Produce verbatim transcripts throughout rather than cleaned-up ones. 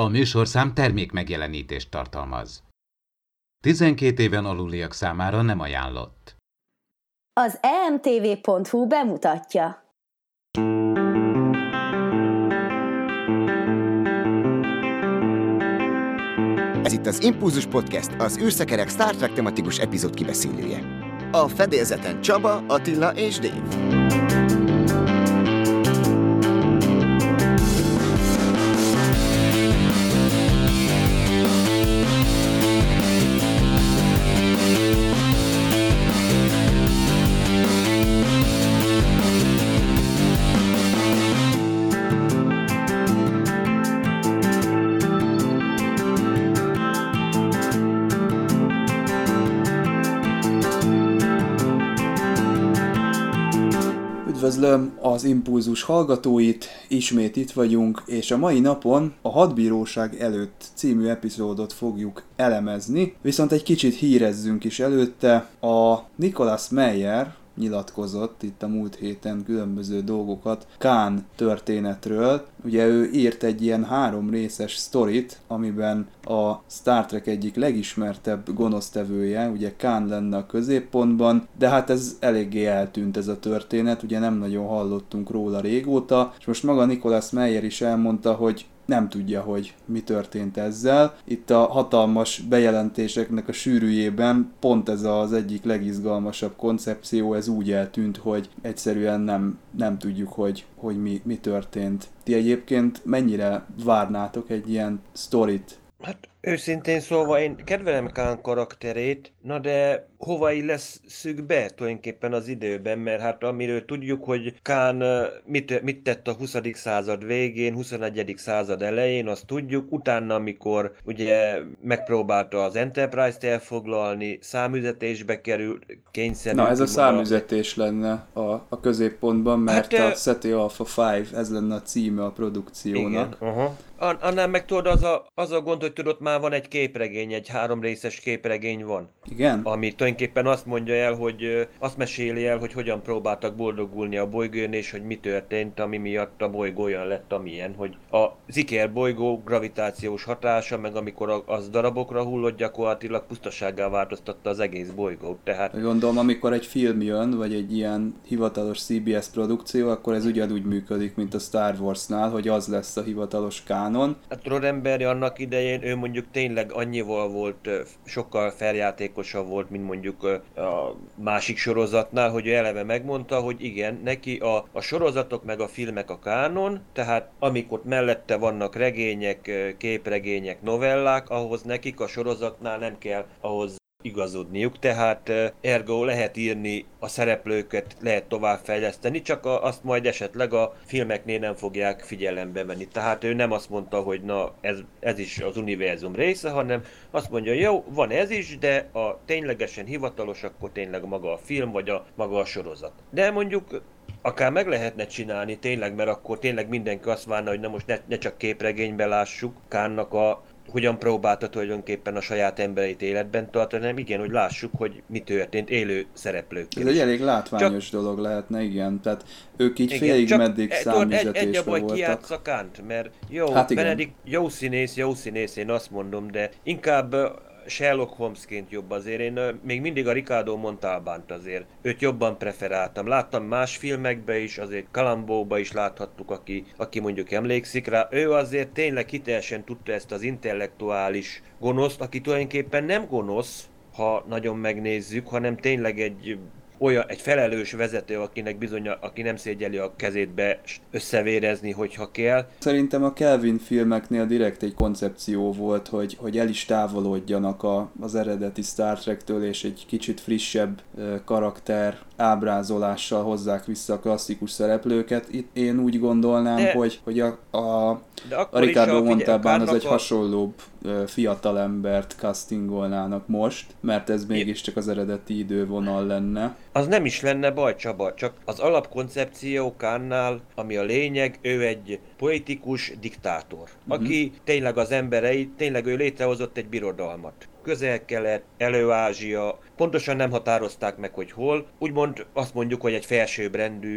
A műsorszám termék megjelenítést tartalmaz. tizenkét éven aluliak számára nem ajánlott. Az e em té vé pont hú bemutatja. Ez itt az Impulzus Podcast, az űrszekerek Star Trek tematikus epizód kibeszélője. A fedélzeten Csaba, Attila és Dave. Üdvözlöm az Impulzus hallgatóit, ismét itt vagyunk, és a mai napon a Hadbíróság előtt című epizódot fogjuk elemezni, viszont egy kicsit hírezzünk is előtte. A Nicholas Meyer nyilatkozott itt a múlt héten különböző dolgokat Khan történetről. Ugye ő írt egy ilyen három részes sztorit, amiben a Star Trek egyik legismertebb gonosztevője, ugye Khan lenne a középpontban, de hát ez eléggé eltűnt ez a történet, ugye nem nagyon hallottunk róla régóta, és most maga Nicholas Meyer is elmondta, hogy nem tudja, hogy mi történt ezzel. Itt a hatalmas bejelentéseknek a sűrűjében pont ez az egyik legizgalmasabb koncepció, ez úgy eltűnt, hogy egyszerűen nem, nem tudjuk, hogy, hogy mi, mi történt. Ti egyébként mennyire várnátok egy ilyen sztorit? Hát őszintén szólva én kedvelem Khan karakterét, na de hova illesszük be tulajdonképpen az időben, mert hát amiről tudjuk, hogy Khan mit, mit tett a huszadik század végén, huszonegyedik század elején, azt tudjuk, utána amikor ugye megpróbálta az Enterprise-t elfoglalni, számüzetésbe került, kényszerült. Na ez a számüzetés lenne a, a középpontban, mert hát, a SETI Alpha öt, ez lenne a címe a produkciónak. Igen, aha. Annál meg tudod, az a, az a gond, hogy tudod, már van egy képregény, egy háromrészes képregény van. Igen? Ami tulajdonképpen azt mondja el, hogy azt meséli el, hogy hogyan próbáltak boldogulni a bolygón, és hogy mi történt, ami miatt a bolygó olyan lett, amilyen, hogy az Iker bolygó gravitációs hatása, meg amikor az darabokra hullott, gyakorlatilag pusztasággá változtatta az egész bolygót. Tehát... Gondolom, amikor egy film jön, vagy egy ilyen hivatalos cé bé es produkció, akkor ez ugyanúgy működik, mint a Star Warsnál, hogy az lesz a hivatalos kánon. Hát Roddenberry annak idején, ő mondjuk tényleg annyival volt, sokkal feljátékosabb volt, mint mondjuk a másik sorozatnál, hogy ő eleve megmondta, hogy igen, neki a, a sorozatok meg a filmek a kánon, tehát amik ott mellette vannak regények, képregények, novellák, ahhoz nekik a sorozatnál nem kell ahhoz igazodniuk, tehát ergo lehet írni a szereplőket, lehet továbbfejleszteni, csak a, azt majd esetleg a filmeknél nem fogják figyelembe venni. Tehát ő nem azt mondta, hogy na ez, ez is az univerzum része, hanem azt mondja, jó, van ez is, de a ténylegesen hivatalos, akkor tényleg maga a film, vagy a maga a sorozat. De mondjuk akár meg lehetne csinálni tényleg, mert akkor tényleg mindenki azt várna, hogy na most ne, ne csak képregényben lássuk Khannak a hogyan próbálta tulajdonképpen a saját embereit életben tartani, hanem igen, hogy lássuk, hogy mi történt élő szereplőkkel. Ez egy elég látványos csak... dolog lehetne, igen. Tehát ők így igen, félig meddig számüzetésre egy, egy a baj, voltak. Kijátsza Kant, mert jó, hát Benedict jó színész, jó színész, én azt mondom, de inkább Sherlock Holmesként jobb azért. Én még mindig a Ricardo Montalbánt azért. Őt jobban preferáltam. Láttam más filmekbe is, azért Columbo-ba is láthattuk, aki, aki mondjuk emlékszik rá. Ő azért tényleg hitelesen tudta ezt az intellektuális gonoszt, aki tulajdonképpen nem gonosz, ha nagyon megnézzük, hanem tényleg egy olyan, egy felelős vezető, akinek bizony, aki nem szégyeli a kezétbe összevérezni, hogyha kell. Szerintem a Kelvin filmeknél direkt egy koncepció volt, hogy, hogy el is távolodjanak a, az eredeti Star Trektől, és egy kicsit frissebb karakter ábrázolással hozzák vissza a klasszikus szereplőket. Itt én úgy gondolnám, de, hogy, hogy a, a, a Ricardo Montalbán az egy a... hasonlóbb fiatalembert castingolnának most, mert ez mégiscsak az eredeti idővonal lenne. Az nem is lenne baj, Csaba, csak az alapkoncepció Khannál, ami a lényeg, ő egy politikus diktátor, uh-huh. aki tényleg az emberei, tényleg ő létrehozott egy birodalmat. Közel-Kelet, Elő-Ázsia, pontosan nem határozták meg, hogy hol. Úgymond azt mondjuk, hogy egy felsőbbrendű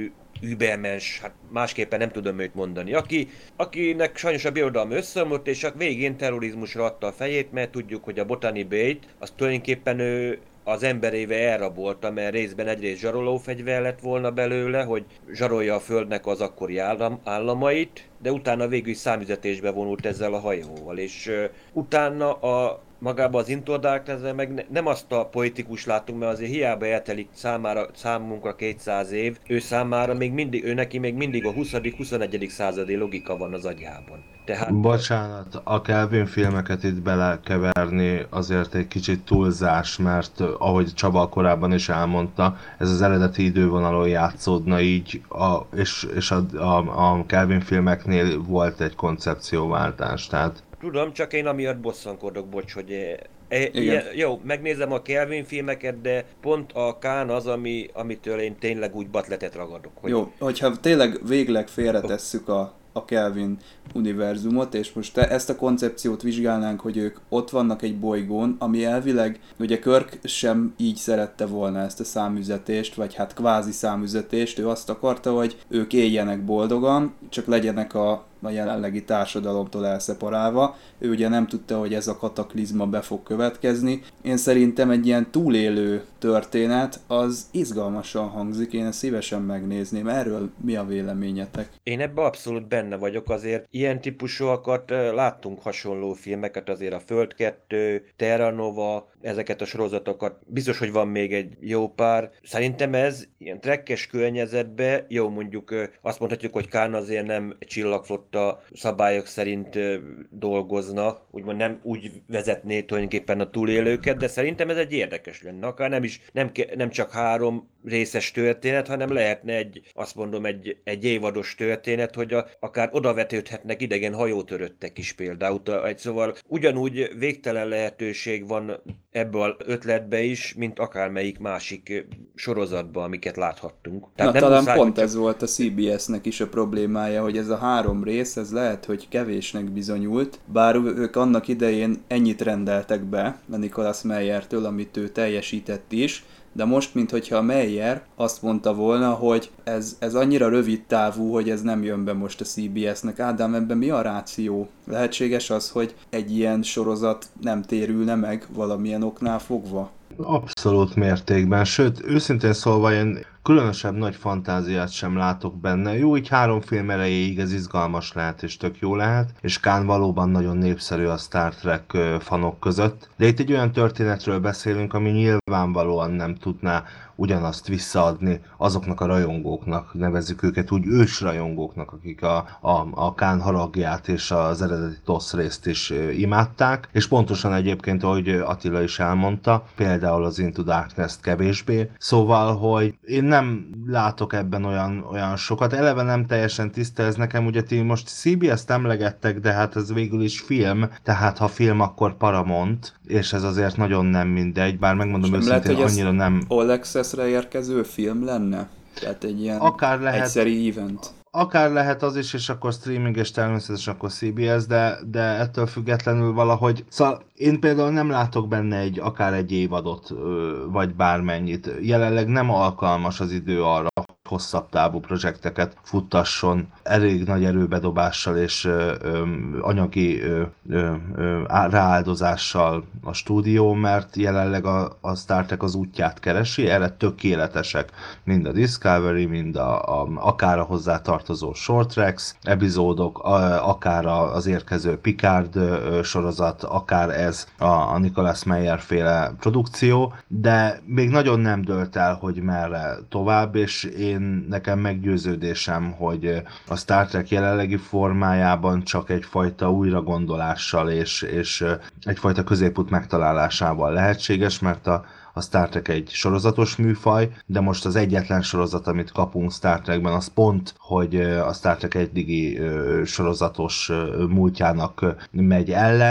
übermens, hát másképpen nem tudom őt mondani, aki, akinek sajnos a birodalma összeomlott, és a végén terrorizmusra adta a fejét, mert tudjuk, hogy a Botany Bay-t, az tulajdonképpen ő az emberével elrabolta, mert részben egyrészt zsarolófegyver lett volna belőle, hogy zsarolja a földnek az akkori állam, államait, de utána végül is számüzetésbe vonult ezzel a hajóval, és uh, utána a magában az Into Darkness-ben meg ne, nem azt a politikus látunk, mert azért hiába eltelik számára, számunkra kétszáz év, ő számára még mindig, ő neki még mindig a huszadik-huszonegyedik századi logika van az agyában. Tehát... Bocsánat, a Kelvin filmeket itt belekeverni azért egy kicsit túlzás, mert ahogy Csaba korábban is elmondta, ez az eredeti idővonalon játszódna így, a, és, és a, a, a Kelvin filmeknél volt egy koncepcióváltás, tehát... Tudom, csak én amiatt bosszankodok, bocs, hogy e, e, ilyen, jó, megnézem a Kelvin filmeket, de pont a Kán az, ami, amitől én tényleg úgy batletet ragadok. Hogy... Jó, hogyha tényleg végleg félretesszük a, a Kelvin univerzumot, és most te ezt a koncepciót vizsgálnánk, hogy ők ott vannak egy bolygón, ami elvileg, ugye Kirk sem így szerette volna ezt a számüzetést, vagy hát kvázi számüzetést, ő azt akarta, hogy ők éljenek boldogan, csak legyenek a a jelenlegi társadalomtól elszeparálva. Ő ugye nem tudta, hogy ez a kataklizma be fog következni. Én szerintem egy ilyen túlélő történet, az izgalmasan hangzik, én ezt szívesen megnézném. Erről mi a véleményetek? Én ebben abszolút benne vagyok, azért ilyen típusúakat láttunk hasonló filmeket, azért a Föld kettő, Terra Nova, ezeket a sorozatokat, biztos, hogy van még egy jó pár. Szerintem ez ilyen trekkes környezetben, jó mondjuk azt mondhatjuk, hogy Kán azért nem csillagflotta szabályok szerint dolgozna, úgymond nem úgy vezetné tulajdonképpen a túlélőket, de szerintem ez egy érdekes lenne. Akár nem is, nem, nem csak három részes történet, hanem lehetne egy, azt mondom, egy, egy évados történet, hogy a, akár odavetődhetnek idegen hajótöröttek is például. Egy, szóval ugyanúgy végtelen lehetőség van ebből az ötletbe is, mint akármelyik másik sorozatban, amiket láthattunk. Tehát Na, talán muszáj, pont csak... ez volt a cé bé es-nek is a problémája, hogy ez a három rész, ez lehet, hogy kevésnek bizonyult, bár ők annak idején ennyit rendeltek be a Nicholas Meyertől, amit ő teljesített is, de most, minthogyha a Meyer azt mondta volna, hogy ez, ez annyira rövid távú, hogy ez nem jön be most a cé bé es-nek. Ádám, ebben mi a ráció? Lehetséges az, hogy egy ilyen sorozat nem térülne meg valamilyen oknál fogva? Abszolút mértékben, sőt, őszintén szólva én különösebb nagy fantáziát sem látok benne. Jó, így három film erejéig ez izgalmas lehet és tök jó lehet, és Kán valóban nagyon népszerű a Star Trek fanok között, de itt egy olyan történetről beszélünk, ami nyilvánvalóan nem tudná ugyanazt visszaadni azoknak a rajongóknak, nevezzük őket úgy ősrajongóknak, akik a, a, a Kán haragját és az eredeti TOSZ részt is imádták, és pontosan egyébként, ahogy Attila is elmondta, például az Into Darkness-t kevésbé, szóval, hogy én nem látok ebben olyan, olyan sokat, eleve nem teljesen tiszta ez nekem, ugye ti most cé bé es-t emlegettek, de hát ez végül is film, tehát ha film, akkor Paramount, és ez azért nagyon nem mindegy, bár megmondom nem őszintén, lehet, annyira nem... All Access-re érkező film lenne? Tehát egy ilyen akár lehet, egyszeri event. Akár lehet az is, és akkor streaming, és természetesen akkor cé bé es, de, de ettől függetlenül valahogy... Szóval én például nem látok benne egy, akár egy évadot, vagy bármennyit. Jelenleg nem alkalmas az idő arra, hosszabb távú projekteket futtasson elég nagy erőbedobással és ö, ö, anyagi ö, ö, ö, rááldozással a stúdió, mert jelenleg a, a Star Trek az útját keresi, erre tökéletesek mind a Discovery, mind a, a, akár a hozzá tartozó short tracks epizódok, a, akár az érkező Picard ö, sorozat, akár ez a, a Nicholas Meyer féle produkció, de még nagyon nem dölt el, hogy merre tovább, és én Én, nekem meggyőződésem, hogy a Star Trek jelenlegi formájában csak egyfajta újragondolással és, és egyfajta középút megtalálásával lehetséges, mert a, a Star Trek egy sorozatos műfaj, de most az egyetlen sorozat, amit kapunk Star Trekben, az pont, hogy a Star Trek eddigi sorozatos múltjának megy ellen,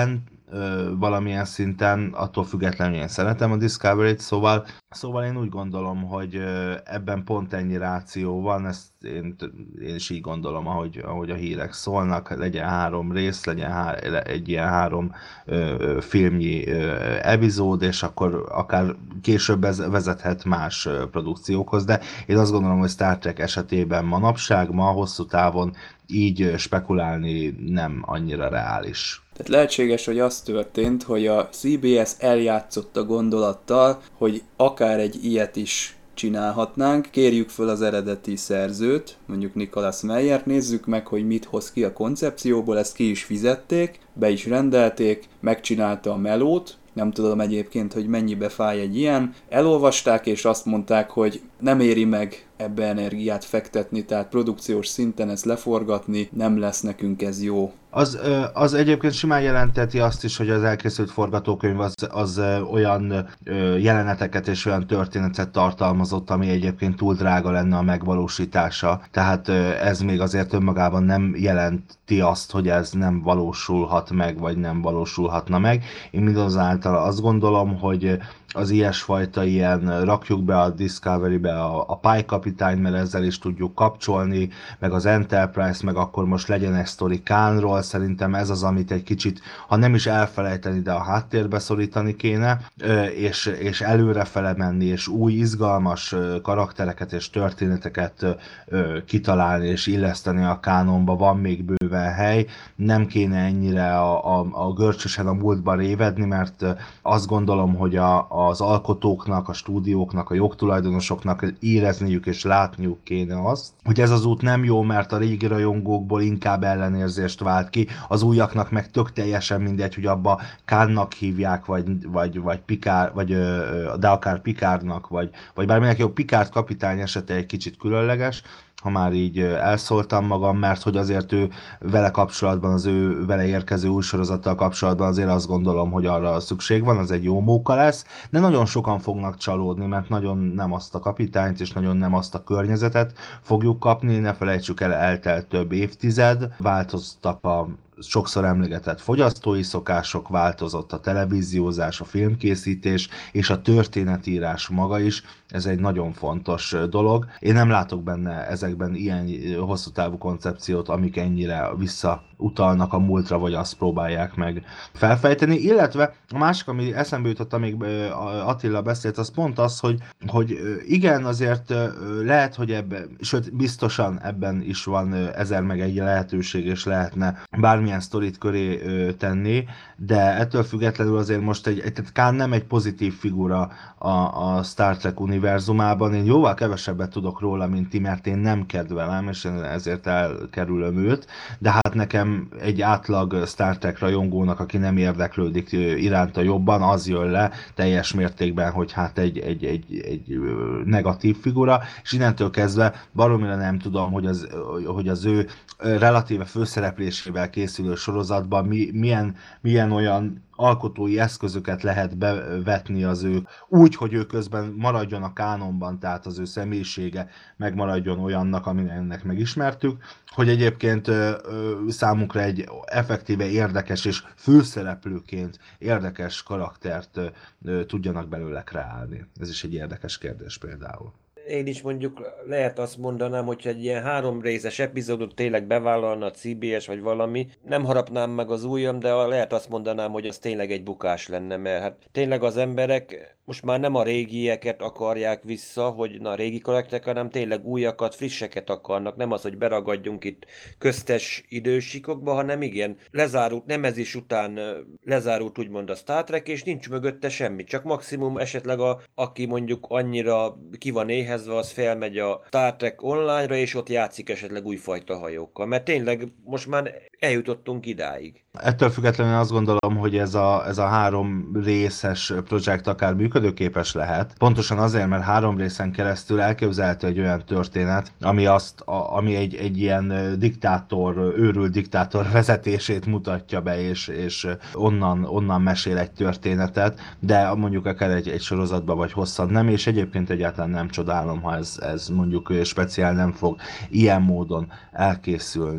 ö, valamilyen szinten, attól függetlenül én szeretem a Discovery-t, szóval, szóval én úgy gondolom, hogy ö, ebben pont ennyi ráció van, ezt én, én is így gondolom, ahogy, ahogy a hírek szólnak, legyen három rész, legyen há, egy ilyen három ö, ö, filmnyi ö, epizód, és akkor akár később ez vezethet más ö, produkciókhoz, de én azt gondolom, hogy Star Trek esetében manapság, ma hosszú távon így spekulálni nem annyira reális. Tehát lehetséges, hogy az történt, hogy a cé bé es eljátszott a gondolattal, hogy akár egy ilyet is csinálhatnánk, kérjük föl az eredeti szerzőt, mondjuk Nicholas Meyert, nézzük meg, hogy mit hoz ki a koncepcióból, ezt ki is fizették, be is rendelték, megcsinálta a melót, nem tudom egyébként, hogy mennyibe fáj egy ilyen, elolvasták és azt mondták, hogy nem éri meg ebbe energiát fektetni, tehát produkciós szinten ezt leforgatni, nem lesz nekünk ez jó. Az, az egyébként simán jelenteti azt is, hogy az elkészült forgatókönyv az, az olyan jeleneteket és olyan történetet tartalmazott, ami egyébként túl drága lenne a megvalósítása. Tehát ez még azért önmagában nem jelenti azt, hogy ez nem valósulhat meg, vagy nem valósulhatna meg. Én mindazáltal azt gondolom, hogy az ilyesfajta ilyen rakjuk be a Discovery-be a, a Pike kapitány, mert ezzel is tudjuk kapcsolni, meg az Enterprise, meg akkor most legyen egy sztori Kánról, szerintem ez az, amit egy kicsit, ha nem is elfelejteni, de a háttérbe szorítani kéne, és, és előrefele menni, és új, izgalmas karaktereket és történeteket kitalálni és illeszteni a kánonba, van még bőven hely, nem kéne ennyire a, a, a görcsösen a múltba révedni, mert azt gondolom, hogy a, az alkotóknak, a stúdióknak, a jogtulajdonosoknak érezniük és látniuk kéne azt, hogy ez az út nem jó, mert a régi rajongókból inkább ellenérzést vált ki, az újaknak meg tök teljesen mindegy, hogy abba Kánnak hívják, vagy, vagy, vagy Picard, vagy de akár Picardnak, vagy, vagy bárminek jó, Picard kapitány esete egy kicsit különleges, ha már így elszóltam magam, mert hogy azért ő vele kapcsolatban, az ő vele érkező új sorozattal kapcsolatban azért azt gondolom, hogy arra szükség van, az egy jó móka lesz, de nagyon sokan fognak csalódni, mert nagyon nem azt a kapitányt és nagyon nem azt a környezetet fogjuk kapni, ne felejtsük el, eltelt több évtized, változtak a sokszor emlegetett fogyasztói szokások, változott a televíziózás, a filmkészítés és a történetírás maga is, ez egy nagyon fontos dolog. Én nem látok benne ezekben ilyen hosszú távú koncepciót, amik ennyire visszautalnak a múltra, vagy azt próbálják meg felfejteni, illetve a másik, ami eszembe jutott, amíg Attila beszélt, az pont az, hogy, hogy igen, azért lehet, hogy ebben, sőt biztosan ebben is van ezer meg egy lehetőség, és lehetne bármilyen sztorit köré tenni, de ettől függetlenül azért most egy, tehát Kán nem egy pozitív figura a, a Star Trek univerzumában, én jóval kevesebbet tudok róla, mint ti, mert én nem kedvelem, és én ezért elkerülöm őt, de hát nekem egy átlag Star Trek rajongónak, aki nem érdeklődik iránta jobban, az jön le teljes mértékben, hogy hát egy, egy, egy, egy negatív figura, és innentől kezdve baromira nem tudom, hogy az, hogy az ő relatíve főszereplésével készülő sorozatban mi, milyen, milyen olyan alkotói eszközöket lehet bevetni az ő, úgy, hogy ő közben maradjon a kánonban, tehát az ő személyisége megmaradjon olyannak, aminek megismertük, hogy egyébként ö, ö, számunkra egy effektíve érdekes és főszereplőként érdekes karaktert ö, ö, tudjanak belőle kreálni. Ez is egy érdekes kérdés például. Én is mondjuk lehet azt mondanám, hogyha egy ilyen három részes epizódot tényleg bevállalna a cé bé es vagy valami, nem harapnám meg az ujjam, de lehet azt mondanám, hogy ez tényleg egy bukás lenne, mert hát tényleg az emberek most már nem a régieket akarják vissza, hogy na a régi karakterek, hanem tényleg újakat, frisseket akarnak, nem az, hogy beragadjunk itt köztes idősikokba, hanem igen, lezárult, nemezés után lezárult úgymond a Star Trek, és nincs mögötte semmi, csak maximum esetleg a, aki mondjuk annyira ki van éhezve, az felmegy a Star Trek online-ra, és ott játszik esetleg újfajta hajókkal, mert tényleg most már eljutottunk idáig. Ettől függetlenül azt gondolom, hogy ez a, ez a három részes projekt akár működőképes lehet. Pontosan azért, mert három részen keresztül elképzelhető egy olyan történet, ami, azt, a, ami egy, egy ilyen diktátor, őrült diktátor vezetését mutatja be, és, és onnan, onnan mesél egy történetet, de mondjuk akár egy, egy sorozatban vagy hosszabb nem, és egyébként egyáltalán nem csodálom, ha ez, ez mondjuk speciál nem fog ilyen módon elkészülni.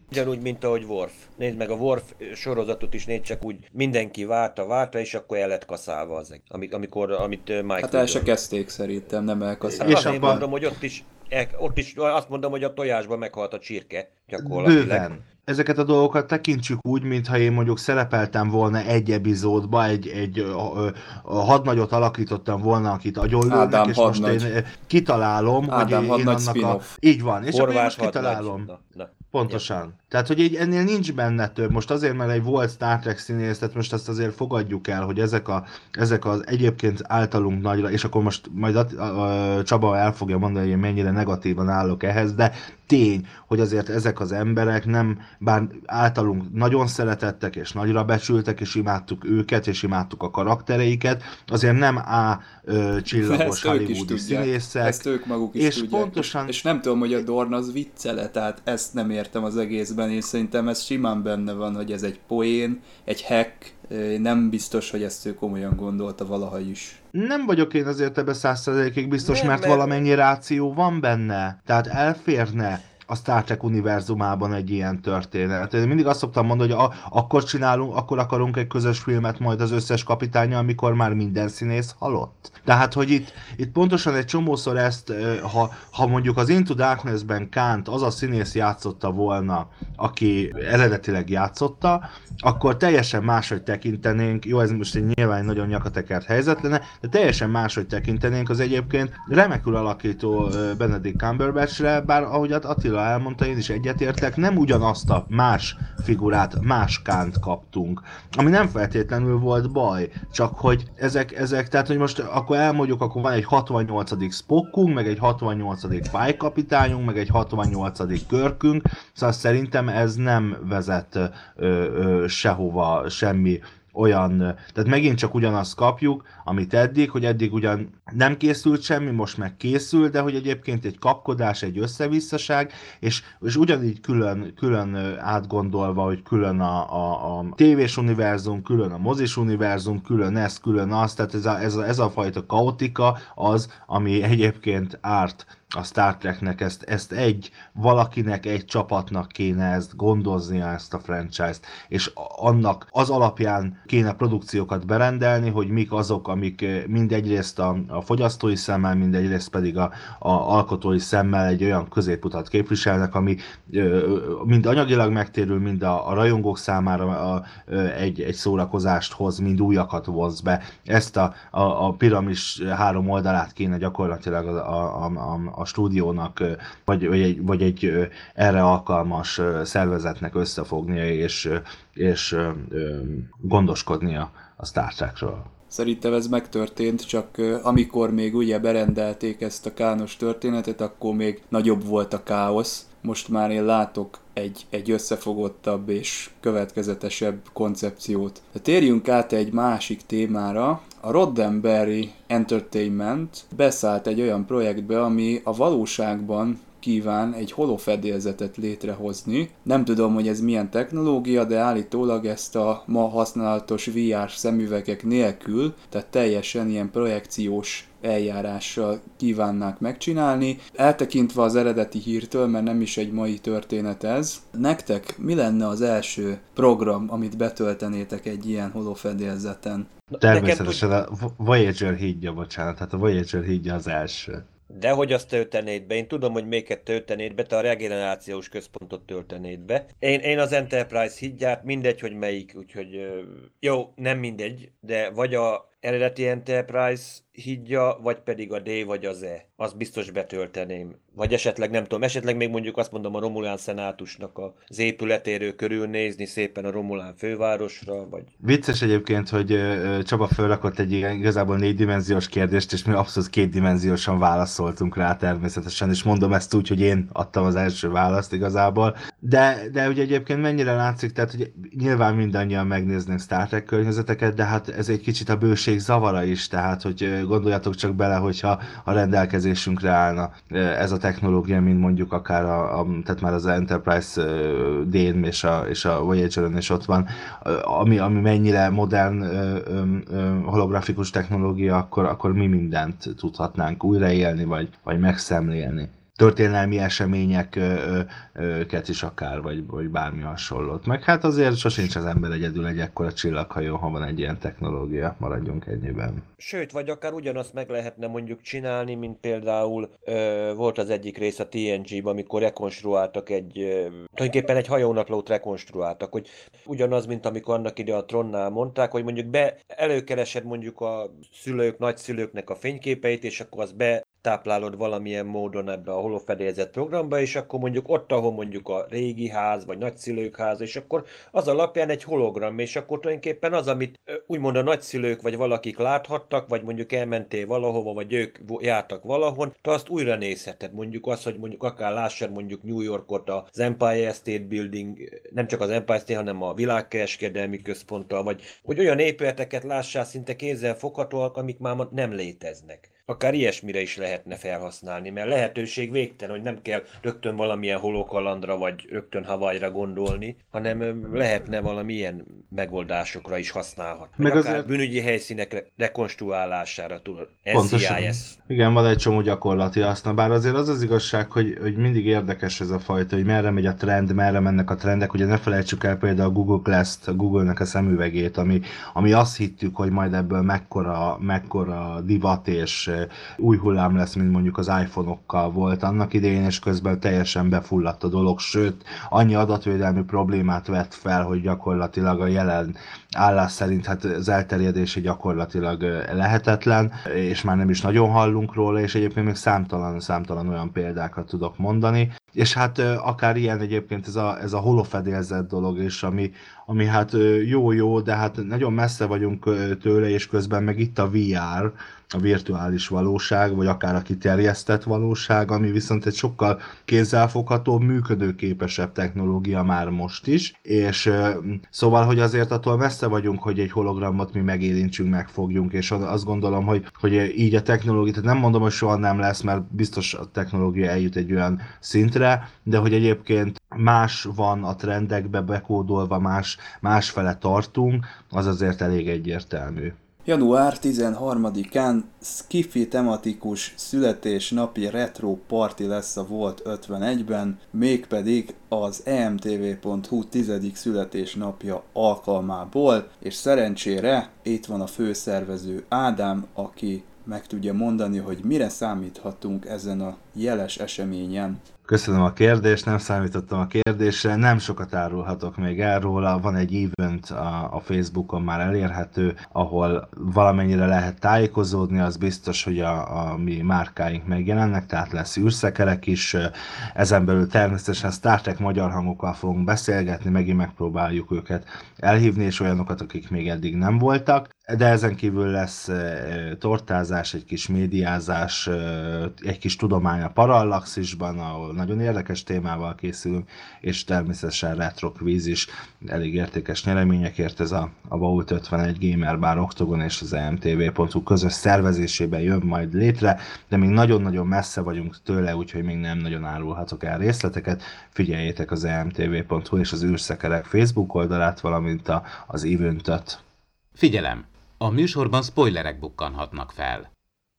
Ugyanúgy, mint ahogy Worf. Nézd meg a Worf sorozatot is, nézd csak úgy, mindenki várta, várta, és akkor el lett kaszálva az, amit, amikor, amit Mike... Hát el se kezdték szerintem, nem elkaszálva. És azért abban... mondom, hogy ott is, ott is, azt mondom, hogy a tojásban meghalt a csirke, gyakorlatilag. Bőven. Ezeket a dolgokat tekintsük úgy, mintha én mondjuk szerepeltem volna egy epizódba, egy, egy a, a hadnagyot alakítottam volna, akit agyonlőnek, és hadnagy. most én kitalálom, Ádám hogy én annak a... Így van, és akkor én most kitalálom. Na, na. Pontosan. Ja. Tehát, hogy így ennél nincs benne több. Most azért, mert egy volt Star Trek színész, tehát most azt azért fogadjuk el, hogy ezek, a, ezek az egyébként általunk nagyra, és akkor most majd a, a, a Csaba el fogja mondani, hogy én mennyire negatívan állok ehhez, de tény, hogy azért ezek az emberek nem, bár általunk nagyon szeretettek, és nagyra becsültek, és imádtuk őket, és imádtuk a karaktereiket, azért nem A ö, csillagos hollywoodi színészek. Ezt ők maguk is és tudják. Pontosan... És nem tudom, hogy a Dorn az viccele, tehát ezt nem értem az egészben, és szerintem ez simán benne van, hogy ez egy poén, egy hack, nem biztos, hogy ezt ő komolyan gondolta valaha is. Nem vagyok én azért ebbe száz százalékig biztos, nem, mert, mert valamennyi ráció van benne. Tehát elférne a Star Trek univerzumában egy ilyen történet. Én mindig azt szoktam mondani, hogy a, akkor csinálunk, akkor akarunk egy közös filmet majd az összes kapitánnyal, amikor már minden színész halott. Tehát, hogy itt, itt pontosan egy csomószor ezt, ha, ha mondjuk az Into Darkness-ben Kánt az a színész játszotta volna, aki eredetileg játszotta, akkor teljesen máshogy tekintenénk, jó, ez most egy nyilván nagyon nyakatekert helyzet lenne, de teljesen máshogy tekintenénk az egyébként remekül alakító Benedict Cumberbatchre, bár ahogy Attila elmondta, én is egyetértek, nem ugyanazt a más figurát, más Kánt kaptunk, ami nem feltétlenül volt baj, csak hogy ezek, ezek tehát hogy most akkor elmondjuk, akkor van egy hatvannyolcadik Spockunk, meg egy hatvannyolcadik Pike kapitányunk, meg egy hatvannyolcadik Kirkünk, szóval szerintem ez nem vezet ö, ö, sehova, semmi olyan, tehát megint csak ugyanazt kapjuk, amit eddig, hogy eddig ugyan nem készült semmi, most meg készül, de hogy egyébként egy kapkodás, egy összevisszaság, és, és ugyanígy külön, külön átgondolva, hogy külön a, a, a tévés univerzum, külön a mozis univerzum, külön ez, külön az, tehát ez a, ez a, ez a fajta kaotika az, ami egyébként árt a Star Treknek, ezt, ezt egy valakinek, egy csapatnak kéne ezt gondoznia, ezt a franchise-t, és annak az alapján kéne produkciókat berendelni, hogy mik azok, amik mind egyrészt a, a fogyasztói szemmel, mind egyrészt pedig a, a alkotói szemmel egy olyan középutat képviselnek, ami ö, mind anyagilag megtérül, mind a, a rajongók számára a, ö, egy, egy szórakozást hoz, mind újakat vonz be. Ezt a, a, a piramis három oldalát kéne gyakorlatilag a, a, a a stúdiónak, vagy, vagy, egy, vagy egy erre alkalmas szervezetnek összefognia, és, és gondoskodnia a Star Trekről. Szerintem ez megtörtént, csak amikor még ugye berendelték ezt a kános történetet, akkor még nagyobb volt a káosz. Most már én látok egy, egy összefogottabb és következetesebb koncepciót. De térjünk át egy másik témára. A Roddenberry Entertainment beszállt egy olyan projektbe, ami a valóságban kíván egy holofedélzetet létrehozni. Nem tudom, hogy ez milyen technológia, de állítólag ezt a ma használatos vé er szemüvegek nélkül, tehát teljesen ilyen projekciós eljárással kívánnák megcsinálni. Eltekintve az eredeti hírtől, mert nem is egy mai történet ez, nektek mi lenne az első program, amit betöltenétek egy ilyen holofedélzeten? Természetesen a Voyager hídja, bocsánat, tehát a Voyager hídja az első. De hogy azt töltenéd be? Én tudom, hogy melyiket töltenéd be, te a regenerációs központot töltenéd be. Én, én az Enterprise hídját, mindegy, hogy melyik, úgyhogy jó, nem mindegy, de vagy a eredeti Enterprise hídja, vagy pedig a D, vagy az E. Azt biztos betölteném. Vagy esetleg, nem tudom, esetleg még mondjuk azt mondom a Romulán szenátusnak az épületéről körülnézni szépen a Romulán fővárosra, vagy... Vicces egyébként, hogy Csaba felrakott egy ilyen igazából négydimenziós kérdést, és mi abszolút kétdimenziósan válaszoltunk rá természetesen, és mondom ezt úgy, hogy én adtam az első választ igazából. De, de ugye egyébként mennyire látszik, tehát hogy nyilván mindannyian megnéznénk Star Trek környezeteket, de hát ez egy kicsit a bőség zavara is, tehát hogy gondoljatok csak bele, hogyha a rendelkezésünkre állna ez a technológia, mint mondjuk akár a, a tehát már az Enterprise D-n és a, és a Voyager-ön is ott van, ami, ami mennyire modern holografikus technológia, akkor, akkor mi mindent tudhatnánk újraélni, vagy, vagy megszemlélni. Történelmi események ö, ö, őket is akár, vagy, vagy bármi hasonlót. Meg hát azért sosincs az ember egyedül egy ekkora csillaghajó, ha van egy ilyen technológia, maradjunk ennyiben. Sőt, vagy akár ugyanazt meg lehetne mondjuk csinálni, mint például ö, volt az egyik rész a té en gé-ben, amikor rekonstruáltak egy, ö, tulajdonképpen egy hajónaplót rekonstruáltak, hogy ugyanaz, mint amikor annak ide a Tronnál mondták, hogy mondjuk be előkeresed mondjuk a szülők, nagyszülőknek a fényképeit, és akkor az be táplálod valamilyen módon ebbe a holofedélzet programba, és akkor mondjuk ott, ahol mondjuk a régi ház, vagy nagyszülők ház, és akkor az alapján egy hologram, és akkor tulajdonképpen az, amit úgymond a nagyszülők vagy valakik láthattak, vagy mondjuk elmentél valahova, vagy ők jártak valahon, te azt újra nézheted. Mondjuk az, hogy mondjuk akár lássad mondjuk New Yorkot, az Empire State Building, nem csak az Empire State, hanem a világkereskedelmi központtal, vagy hogy olyan épületeket lássál szinte kézzel foghatóak, amik már nem léteznek. Akár ilyesmire is lehetne felhasználni, mert lehetőség végtelen, hogy nem kell rögtön valamilyen holokalandra, vagy rögtön Hawaii-ra gondolni, hanem lehetne valamilyen megoldásokra is használhatni. Meg akár azért... bűnügyi helyszínek rekonstruálására, tudod, en cé i es. Igen, van egy csomó gyakorlati haszna, bár azért az az igazság, hogy, hogy mindig érdekes ez a fajta, hogy merre megy a trend, merre mennek a trendek, ugye ne felejtsük el például a Google Glass-t, a Google-nek a szemüvegét, ami, ami azt hittük, hogy majd ebből mekkora, mekkora divat és új hullám lesz, mint mondjuk az iPhone-okkal volt annak idején, és közben teljesen befulladt a dolog, sőt, annyi adatvédelmi problémát vett fel, hogy gyakorlatilag a jelen állás szerint hát az elterjedése gyakorlatilag lehetetlen, és már nem is nagyon hallunk róla, és egyébként még számtalan, számtalan olyan példákat tudok mondani. És hát akár ilyen egyébként ez a, ez a holofedélzett dolog is, ami, ami hát jó-jó, de hát nagyon messze vagyunk tőle, és közben meg itt a vé er, a virtuális valóság, vagy akár a kiterjesztett valóság, ami viszont egy sokkal kézzelfoghatóbb, működőképesebb technológia már most is, és szóval, hogy azért attól messze vagyunk, hogy egy hologramot mi megérintsünk, megfogjunk, és azt gondolom, hogy, hogy így a technológia, tehát nem mondom, hogy soha nem lesz, mert biztos a technológia eljut egy olyan szintre, de hogy egyébként más van a trendekbe bekódolva, más, másfele tartunk, az azért elég egyértelmű. január tizenharmadikán Skifi tematikus születésnapi retro party lesz a Volt ötvenegyben, mégpedig az e em té vé pont hu tizedik születésnapja alkalmából, és szerencsére itt van a főszervező Ádám, aki meg tudja mondani, hogy mire számíthatunk ezen a jeles eseményen. Köszönöm a kérdést, nem számítottam a kérdésre, nem sokat árulhatok még el róla, van egy event a, a Facebookon már elérhető, ahol valamennyire lehet tájékozódni, az biztos, hogy a, a mi márkáink megjelennek, tehát lesz űrszekerek is, ezen belül természetesen Star Trek magyar hangokkal fogunk beszélgetni, megint megpróbáljuk őket elhívni, és olyanokat, akik még eddig nem voltak. De ezen kívül lesz tortázás, egy kis médiázás, egy kis tudomány a Parallaxisban, ahol nagyon érdekes témával készülünk, és természetesen retro quiz is, elég értékes nyereményekért. Ez a, a Vault ötvenegy Gamer Bar Octagon és az e em té vé pont hu közös szervezésében jön majd létre, de még nagyon-nagyon messze vagyunk tőle, úgyhogy még nem nagyon árulhatok el részleteket. Figyeljétek az e em té vé pont hu és az űrszekerek Facebook oldalát, valamint a, az eventet. Figyelem! A műsorban spoilerek bukkanhatnak fel.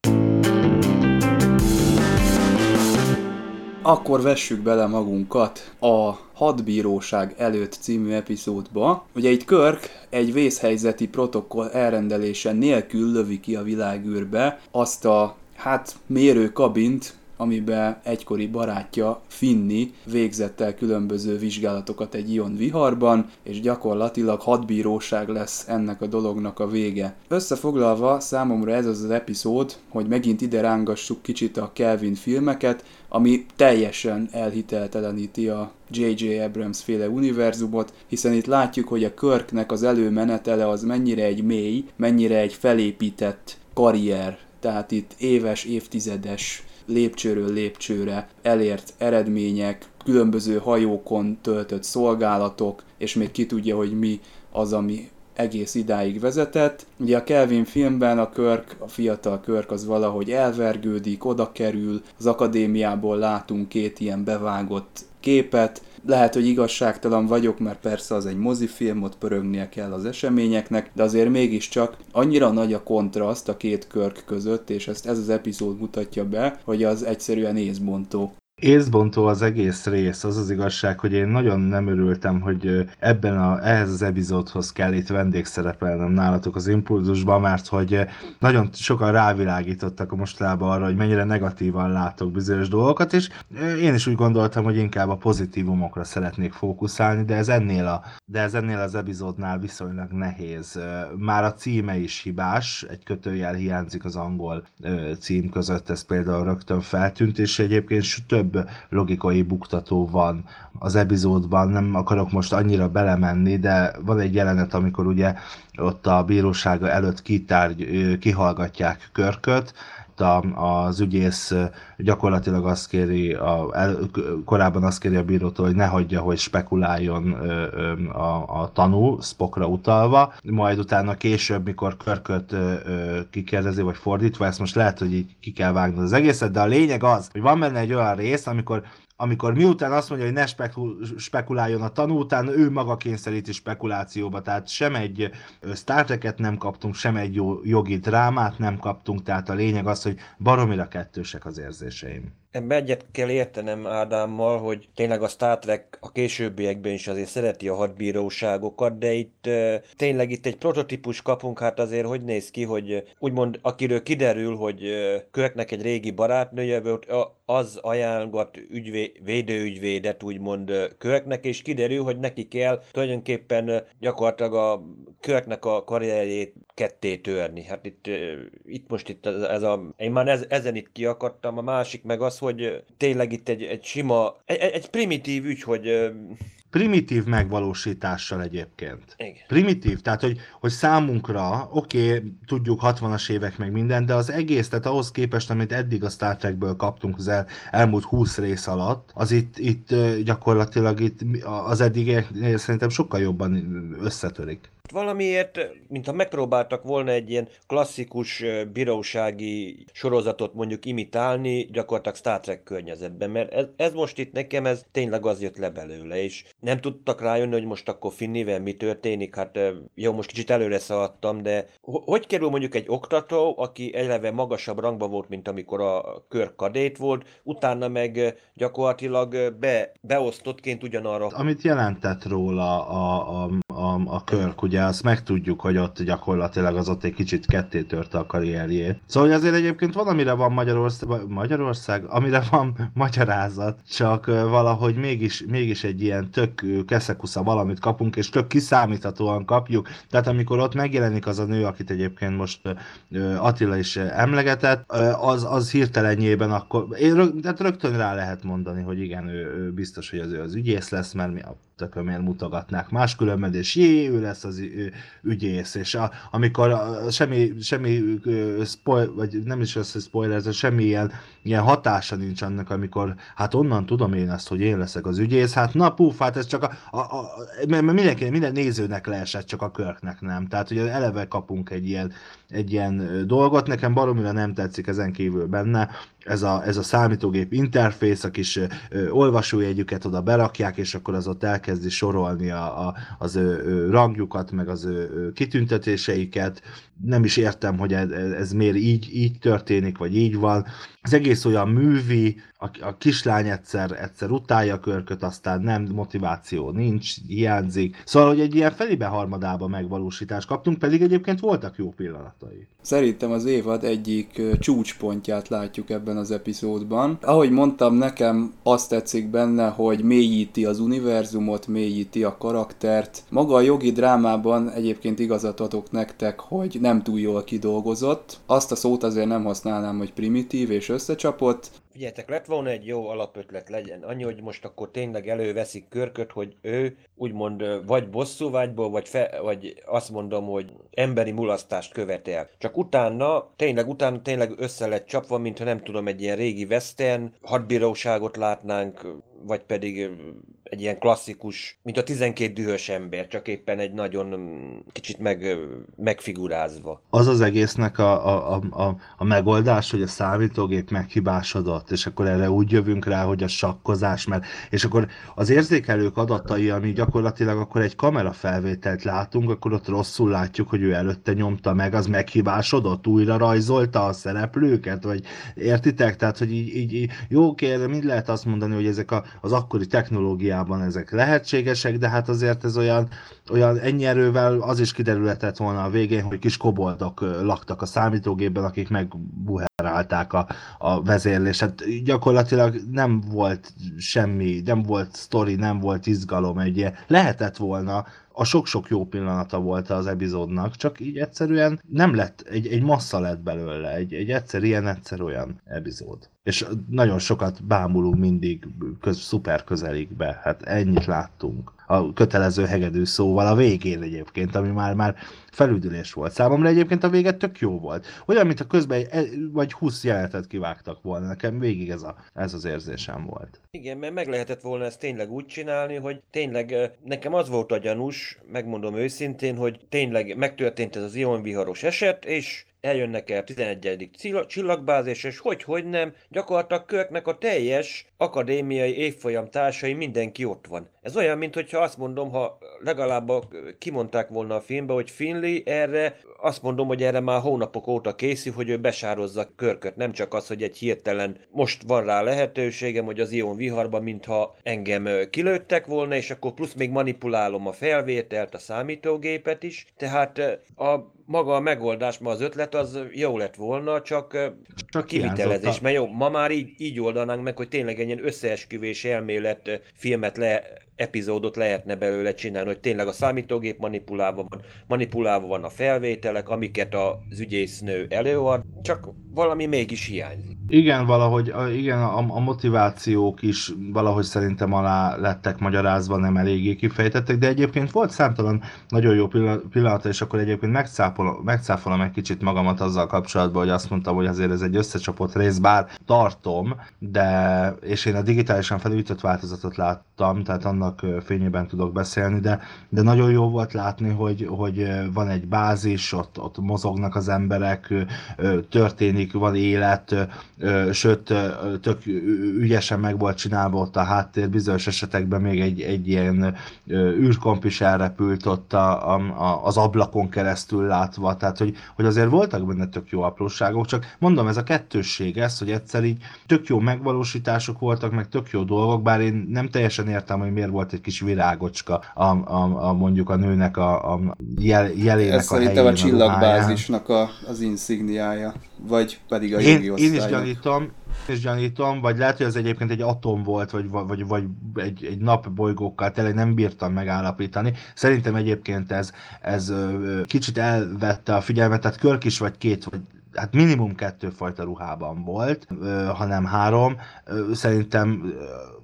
Akkor vessük bele magunkat a Hadbíróság előtt című epizódba. Ugye itt Kirk egy vészhelyzeti protokoll elrendelése nélkül lövi ki a világűrbe azt a hát mérőkabint, amiben egykori barátja Finni végzett el különböző vizsgálatokat egy ion viharban, és gyakorlatilag hadbíróság lesz ennek a dolognak a vége. Összefoglalva számomra ez az az epizód, hogy megint ide rángassuk kicsit a Kelvin filmeket, ami teljesen elhitelteleníti a jé jé Abrams féle univerzumot, hiszen itt látjuk, hogy a Kirknek az előmenetele az mennyire egy mély, mennyire egy felépített karrier, tehát itt éves, évtizedes lépcsőről lépcsőre elért eredmények, különböző hajókon töltött szolgálatok, és még ki tudja, hogy mi az, ami egész idáig vezetett. Ugye a Kelvin filmben a Kirk, a fiatal Kirk az valahogy elvergődik, oda kerül, az akadémiából látunk két ilyen bevágott képet. Lehet, hogy igazságtalan vagyok, mert persze az egy mozifilm, ott pörögnie kell az eseményeknek, de azért mégiscsak annyira nagy a kontraszt a két Kirk között, és ezt ez az epizód mutatja be, hogy az egyszerűen észbontó. Észbontó az egész rész, az az igazság, hogy én nagyon nem örültem, hogy ebben a, ehhez az epizódhoz kell itt vendégszerepelnem nálatok az Impulzusban, mert hogy nagyon sokan rávilágítottak a mostanában arra, hogy mennyire negatívan látok bizonyos dolgokat, és én is úgy gondoltam, hogy inkább a pozitívumokra szeretnék fókuszálni, de ez ennél, a, de ez ennél az epizódnál viszonylag nehéz. Már a címe is hibás, egy kötőjel hiányzik az angol cím között, ez például rögtön feltűnt, és egyébként több logikai buktató van az epizódban, nem akarok most annyira belemenni, de van egy jelenet, amikor ugye ott a bírósága előtt kitárgy, kihallgatják Kirköt, az ügyész gyakorlatilag azt kéri, a, el, korábban azt kéri a bírótól, hogy ne hagyja, hogy spekuláljon a, a tanú, Spockra utalva, majd utána később, mikor Kirköt kikérdezi, vagy fordítva, ezt most lehet, hogy így ki kell vágni az egészet, de a lényeg az, hogy van benne egy olyan rész, amikor amikor miután azt mondja, hogy ne spekul- spekuláljon a tanú, utána ő maga kényszeríti spekulációba, tehát sem egy Star Trek-et nem kaptunk, sem egy jó jogi drámát nem kaptunk, tehát a lényeg az, hogy baromira kettősek az érzéseim. Ebben egyet kell értenem Ádámmal, hogy tényleg a Star Trek a későbbiekben is azért szereti a hadbíróságokat, de itt tényleg itt egy prototípus kapunk, hát azért hogy néz ki, hogy úgymond akiről kiderül, hogy Kirknek egy régi barátnője volt, az ajánlgat ügyvé, védőügyvédet úgymond Kirknek, és kiderül, hogy neki kell tulajdonképpen gyakorlatilag a Kirknek a karrierjét ketté törni. Hát itt, itt most itt ez a... Én már ez, ezen itt kiakadtam, a másik meg az, hogy tényleg itt egy, egy sima, egy, egy primitív ügy, hogy... Primitív megvalósítással egyébként. Igen. Primitív, tehát hogy, hogy számunkra, oké, okay, tudjuk hatvanas évek meg minden, de az egész, tehát ahhoz képest, amit eddig a Star Trekből kaptunk az el, elmúlt húsz rész alatt, az itt, itt gyakorlatilag itt az eddig szerintem sokkal jobban összetörik. Valamiért, mintha megpróbáltak volna egy ilyen klasszikus bírósági sorozatot mondjuk imitálni, gyakorlatilag Star Trek környezetben, mert ez, ez most itt nekem, ez tényleg az jött le belőle, és nem tudtak rájönni, hogy most akkor Finnivel mi történik, hát jó, most kicsit előre szaladtam, de hogy kerül mondjuk egy oktató, aki eleve magasabb rangban volt, mint amikor a Kirk kadét volt, utána meg gyakorlatilag be, beosztottként ugyanarra. Amit jelentett róla a, a, a, a Kirk, ugye azt megtudjuk, hogy ott gyakorlatilag az ott egy kicsit ketté törte a karrierjét. Szóval azért egyébként van, amire van Magyarország, Magyarország, amire van magyarázat, csak valahogy mégis, mégis egy ilyen tök keszekusza valamit kapunk, és tök kiszámíthatóan kapjuk. Tehát amikor ott megjelenik az a nő, akit egyébként most Attila is emlegetett, az, az hirtelenjében akkor, én rög, tehát rögtön rá lehet mondani, hogy igen, ő, ő biztos, hogy az ő az ügyész lesz, mert mi a tökömért mutogatnák máskülönben, és jé, ő lesz az ügyész, és a, amikor a, semmi, semmi spoil, vagy nem is az, hogy spoiler, ez semmi ilyen, ilyen hatása nincs annak, amikor hát onnan tudom én ezt, hogy én leszek az ügyész, hát na puf, hát ez csak a, a, a mert mindenki, minden nézőnek leesett, csak a Kirknek nem. Tehát ugye eleve kapunk egy ilyen, egy ilyen dolgot, nekem baromira nem tetszik ezen kívül benne, ez a, ez a számítógép interfész, a kis ö, olvasójegyüket oda berakják, és akkor az ott elkezdi sorolni a, a, az ő rangjukat, meg az ő kitüntetéseiket. Nem is értem, hogy ez, ez miért így, így történik, vagy így van. Az egész olyan művi, a, a kislány egyszer, egyszer utálja Kirköt, aztán nem, motiváció nincs, hiányzik. Szóval, hogy egy ilyen felibe harmadába megvalósítást kaptunk, pedig egyébként voltak jó pillanatai. Szerintem az évad egyik csúcspontját látjuk ebben az epizódban. Ahogy mondtam, nekem azt tetszik benne, hogy mélyíti az univerzumot, mélyíti a karaktert. Maga a jogi drámában egyébként igazat adok nektek, hogy nem túl jól kidolgozott. Azt a szót azért nem használnám, hogy primitív és összecsapott. Figyeljetek, lett volna egy jó alapötlet legyen. Annyi, hogy most akkor tényleg előveszik Kirköt, hogy ő úgymond vagy bosszúvágyból, vagy, fe, vagy azt mondom, hogy emberi mulasztást követel. Csak utána, tényleg utána tényleg össze lett csapva, mintha nem tudom, egy ilyen régi western hadbíróságot látnánk, vagy pedig egy ilyen klasszikus, mint a tizenkét dühös ember, csak éppen egy nagyon kicsit meg, megfigurázva. Az az egésznek a, a, a, a megoldás, hogy a számítógép meghibásodott, és akkor erre úgy jövünk rá, hogy a sakkozás, mert és akkor az érzékelők adatai, ami gyakorlatilag akkor egy kamerafelvételt látunk, akkor ott rosszul látjuk, hogy ő előtte nyomta meg, az meghibásodott, újra rajzolta a szereplőket, vagy értitek? Tehát, hogy így, így, így jó kérde, mind lehet azt mondani, hogy ezek a, az akkori technológiában ezek lehetségesek, de hát azért ez olyan, olyan ennyi erővel az is kiderülhetett volna a végén, hogy kis koboldok laktak a számítógépben, akik megbuherálták a, a vezérlést. Hát gyakorlatilag nem volt semmi, nem volt sztori, nem volt izgalom, egy ilyen. Lehetett volna, a sok-sok jó pillanata volt az epizódnak, csak így egyszerűen nem lett, egy, egy massza lett belőle, egy, egy egyszer ilyen, egyszer olyan epizód. És nagyon sokat bámulunk mindig köz, szuper közelikbe, hát ennyit láttunk. A kötelező hegedű szóval a végén egyébként, ami már, már felüdülés volt. Számomra egyébként a vége tök jó volt. Olyan, mintha közben egy, vagy húsz jelenetet kivágtak volna. Nekem végig ez, a, ez az érzésem volt. Igen, mert meg lehetett volna ezt tényleg úgy csinálni, hogy tényleg nekem az volt a gyanús, megmondom őszintén, hogy tényleg megtörtént ez az ionviharos eset, és eljönnek el tizenegyedik csillagbázis, és hogy-hogy nem, gyakorlatilag Kirknek a teljes akadémiai évfolyam társai, mindenki ott van. Ez olyan, mintha azt mondom, ha legalább a, kimondták volna a filmbe, hogy Finlay erre, azt mondom, hogy erre már hónapok óta készül, hogy ő besározza Kirköt, nem csak az, hogy egy hirtelen most van rá lehetőségem, hogy az ion viharban, mintha engem kilőttek volna, és akkor plusz még manipulálom a felvételt, a számítógépet is, tehát a maga a megoldás, ma az ötlet az jó lett volna, csak, csak a kivitelezés, mert jó, ma már így, így oldanánk meg, hogy tényleg egy ilyen összeesküvés elmélet filmet le, epizódot lehetne belőle csinálni, hogy tényleg a számítógép manipulálva van, manipulálva van a felvételek, amiket az ügyésznő előad, csak valami mégis hiányzik. Igen, valahogy, igen, a, a motivációk is valahogy szerintem alá lettek magyarázva, nem eléggé kifejtettek, de egyébként volt számtalan nagyon jó pillanata, és akkor egyébként megcáfolom, megcáfolom egy kicsit magamat azzal kapcsolatban, hogy azt mondtam, hogy azért ez egy összecsapott rész, bár tartom, de, és én a digitálisan felújított változatot láttam, tehát annak fényében tudok beszélni, de, de nagyon jó volt látni, hogy, hogy van egy bázis, ott, ott mozognak az emberek, történik, van élet, sőt, tök ügyesen meg volt csinálva ott a háttér, bizonyos esetekben még egy, egy ilyen űrkomp is elrepült ott a, a, az ablakon keresztül látva, tehát hogy, hogy azért voltak benne tök jó apróságok, csak mondom, ez a kettősség ez, hogy egyszer így tök jó megvalósítások voltak, meg tök jó dolgok, bár én nem teljesen értem, hogy miért volt egy kis virágocska a, a, a mondjuk a nőnek a, a jel, jelének ez a helyén. Ez szerintem a csillagbázisnak a, az insigniája, vagy pedig a jogi én, én is gyanítom, és gyanítom, vagy lehet, hogy ez egyébként egy atom volt, vagy, vagy, vagy egy, egy napbolygókkal, tényleg nem bírtam megállapítani. Szerintem egyébként ez, ez kicsit elvette a figyelmet, tehát Kirk is vagy két, vagy hát minimum kettő fajta ruhában volt, hanem három. Szerintem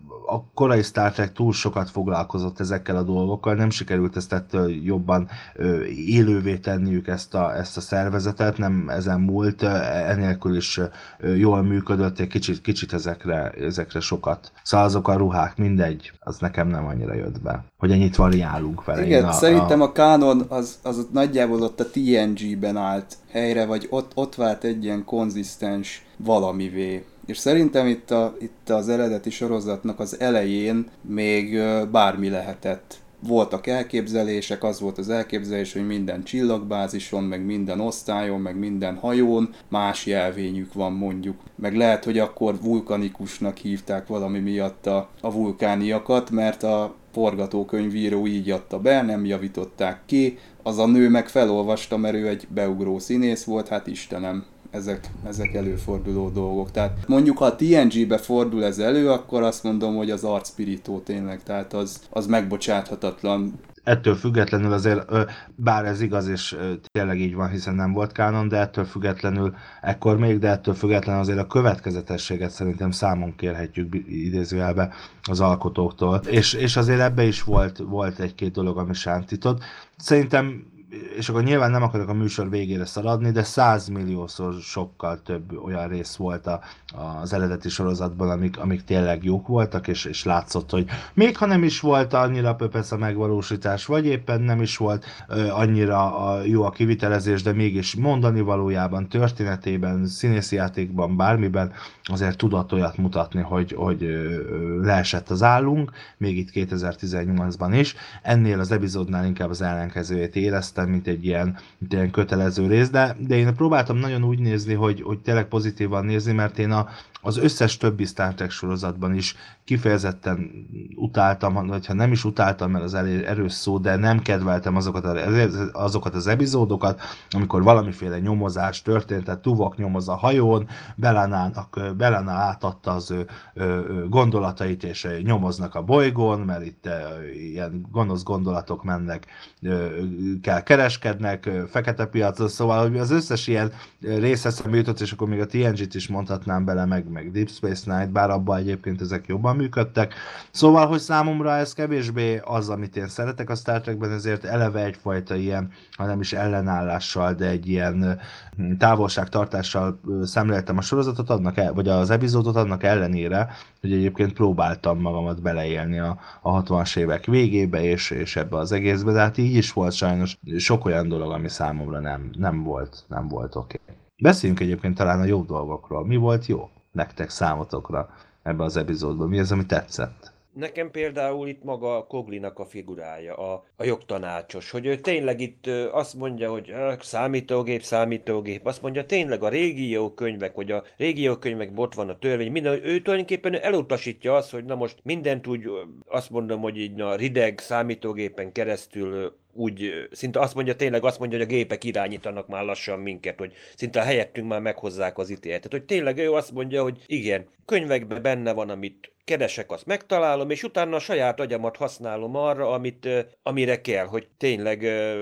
a korai Star Trek túl sokat foglalkozott ezekkel a dolgokkal, nem sikerült ezt ettől jobban ö, élővé tenniük ezt a, ezt a szervezetet, nem ezen múlt, enélkül is ö, jól működött, egy kicsit, kicsit ezekre, ezekre sokat. Szóval azok a ruhák, mindegy, az nekem nem annyira jött be, hogy ennyit variálunk vele. Igen, a, szerintem a, a kánon az, az ott nagyjából ott a té en gé-ben állt helyre, vagy ott, ott vált egy ilyen konzisztens valamivé. És szerintem itt, a, itt az eredeti sorozatnak az elején még bármi lehetett. Voltak elképzelések, az volt az elképzelés, hogy minden csillagbázison, meg minden osztályon, meg minden hajón más jelvényük van mondjuk. Meg lehet, hogy akkor vulkanikusnak hívták valami miatt a, a vulkániakat, mert a forgatókönyvíró így adta be, nem javították ki. Az a nő meg felolvasta, mert ő egy beugró színész volt, hát Istenem. Ezek, ezek előforduló dolgok. Tehát mondjuk, ha a té en gé-be fordul ez elő, akkor azt mondom, hogy az arcpirító tényleg, tehát az, az megbocsáthatatlan. Ettől függetlenül azért, bár ez igaz, és tényleg így van, hiszen nem volt kánon, de ettől függetlenül, ekkor még, de ettől függetlenül azért a következetességet szerintem számon kérhetjük idézőjelbe az alkotóktól. És, és azért ebbe is volt, volt egy-két dolog, ami sántított. Szerintem és akkor nyilván nem akarok a műsor végére szaladni, de százmilliószor sokkal több olyan rész volt a, az eredeti sorozatban, amik, amik tényleg jók voltak, és, és látszott, hogy még ha nem is volt annyira pöpesz a megvalósítás, vagy éppen nem is volt ö, annyira a, jó a kivitelezés, de mégis mondani valójában, történetében, színészi játékban, bármiben azért tudott olyat mutatni, hogy, hogy ö, leesett az állunk, még itt kétezer-tizennyolcban is. Ennél az epizódnál inkább az ellenkezőjét éreztem, mint egy ilyen, mint ilyen kötelező rész, de, de én próbáltam nagyon úgy nézni, hogy, hogy tényleg pozitívan nézni, mert én a, az összes többi Star Trek sorozatban is kifejezetten utáltam, vagy ha nem is utáltam, mert az erős szó, de nem kedveltem azokat, a, azokat az epizódokat, amikor valamiféle nyomozás történt, tehát Tuvok nyomoz a hajón, Belanának, Belana átadta az ő, ő gondolatait, és nyomoznak a bolygón, mert itt ilyen gonosz gondolatok mennek, kell kereskednek, fekete piacon, szóval az összes ilyen rész eszembe jutott, és akkor még a té en gét is mondhatnám bele, meg, meg Deep Space Nine, bár abban egyébként ezek jobban működtek. Szóval, hogy számomra ez kevésbé az, amit én szeretek a Star Trekben, ezért eleve egyfajta ilyen, ha nem is ellenállással, de egy ilyen távolságtartással szemléltem a sorozatot, annak el, vagy az epizódot annak ellenére, hogy egyébként próbáltam magamat beleélni a, a hatvanas évek végébe, és, és ebbe az egészbe, de hát így is volt sajnos sok olyan dolog, ami számomra nem, nem volt, nem volt oké. Okay. Beszéljünk egyébként talán a jó dolgokról. Mi volt jó nektek, számotokra ebben az epizódban? Mi az, ami tetszett? Nekem például itt maga Coglinak a figurája, a, a jogtanácsos, hogy ő tényleg itt azt mondja, hogy számítógép, számítógép, azt mondja tényleg a régiókönyvek, hogy a régiókönyvekben ott van a törvény, minden, ő tulajdonképpen elutasítja azt, hogy na most mindent úgy, azt mondom, hogy így a rideg számítógépen keresztül úgy, szinte azt mondja, tényleg azt mondja, hogy a gépek irányítanak már lassan minket, hogy szinte a helyettünk már meghozzák az ítéletet, hogy tényleg ő azt mondja, hogy igen, könyvekben benne van, amit keresek, azt megtalálom, és utána a saját agyamat használom arra, amit, amire kell, hogy tényleg,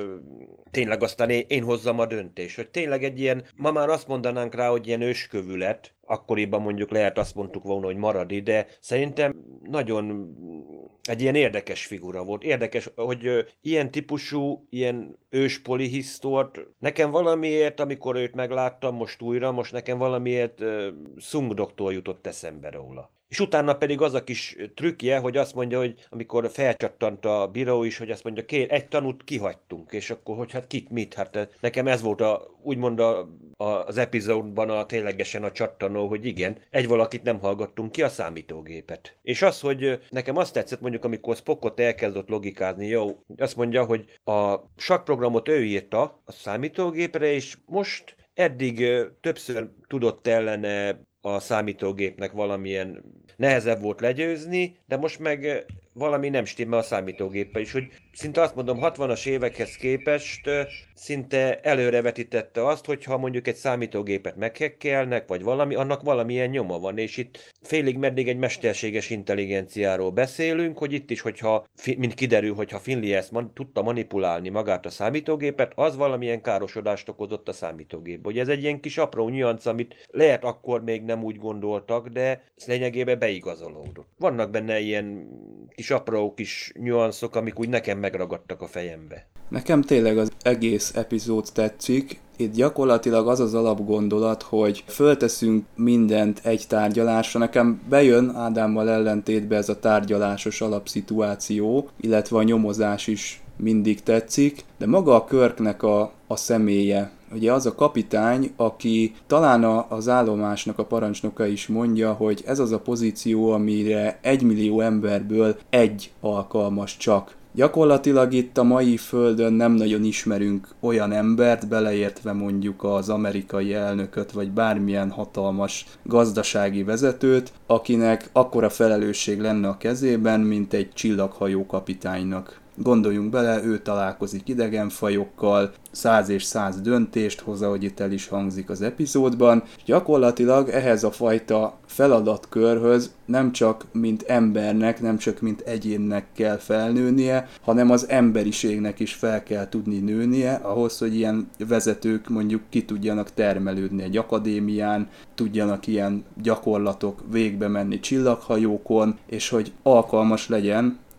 tényleg aztán én, én hozzam a döntést, hogy tényleg egy ilyen, ma már azt mondanánk rá, hogy ilyen őskövület, akkoriban mondjuk lehet azt mondtuk volna, hogy maradi, de szerintem nagyon egy ilyen érdekes figura volt. Érdekes, hogy ö, ilyen típusú, ilyen ős polihisztort, nekem valamiért, amikor őt megláttam most újra, most nekem valamiért ö, Sung doktor jutott eszembe róla. És utána pedig az a kis trükkje, hogy azt mondja, hogy amikor felcsattant a bíró is, hogy azt mondja, kér, egy tanút kihagytunk, és akkor, hogy hát kit, mit, hát nekem ez volt a, úgymond a, a, az epizódban a ténylegesen a csattanó, hogy igen, egy valakit nem hallgattunk ki, a számítógépet. És az, hogy nekem azt tetszett, mondjuk, amikor Spockot elkezdett logikázni, jó, azt mondja, hogy a sakkprogramot ő írta a számítógépre, és most eddig többször tudott ellene a számítógépnek valamilyen nehezebb volt legyőzni, de most meg valami nem stimmel a számítógéppel is, hogy szinte azt mondom, hatvanas évekhez képest szinte előrevetítette azt, hogyha mondjuk egy számítógépet meghekkelnek, vagy valami, annak valamilyen nyoma van, és itt félig meddig egy mesterséges intelligenciáról beszélünk, hogy itt is, hogyha, mint kiderül, hogyha Finley ezt man, tudta manipulálni magát a számítógépet, az valamilyen károsodást okozott a számítógépbe. Hogy ez egy ilyen kis apró nüansz, amit lehet akkor még nem úgy gondoltak, de ez lényegében beigazolódott. Vannak benne ilyen kis apró kis nüanszok, amik úgy nekem megragadtak a fejembe. Nekem tényleg az egész epizód tetszik. Itt gyakorlatilag az az alapgondolat, hogy fölteszünk mindent egy tárgyalásra. Nekem bejön Ádámmal ellentétben ez a tárgyalásos alapszituáció, illetve a nyomozás is mindig tetszik, de maga a Kirknek a, a személye. Ugye az a kapitány, aki talán a, az állomásnak a parancsnoka is mondja, hogy ez az a pozíció, amire egymillió emberből egy alkalmas csak. Gyakorlatilag itt a mai földön nem nagyon ismerünk olyan embert, beleértve mondjuk az amerikai elnököt, vagy bármilyen hatalmas gazdasági vezetőt, akinek akkora felelősség lenne a kezében, mint egy csillaghajó kapitánynak. Gondoljunk bele, ő találkozik idegenfajokkal, száz és száz döntést hoz, ahogy itt el is hangzik az epizódban. Gyakorlatilag ehhez a fajta feladatkörhöz nem csak mint embernek, nem csak mint egyénnek kell felnőnie, hanem az emberiségnek is fel kell tudni nőnie, ahhoz, hogy ilyen vezetők mondjuk ki tudjanak termelődni egy akadémián, tudjanak ilyen gyakorlatok végbe menni csillaghajókon, és hogy alkalmas legyen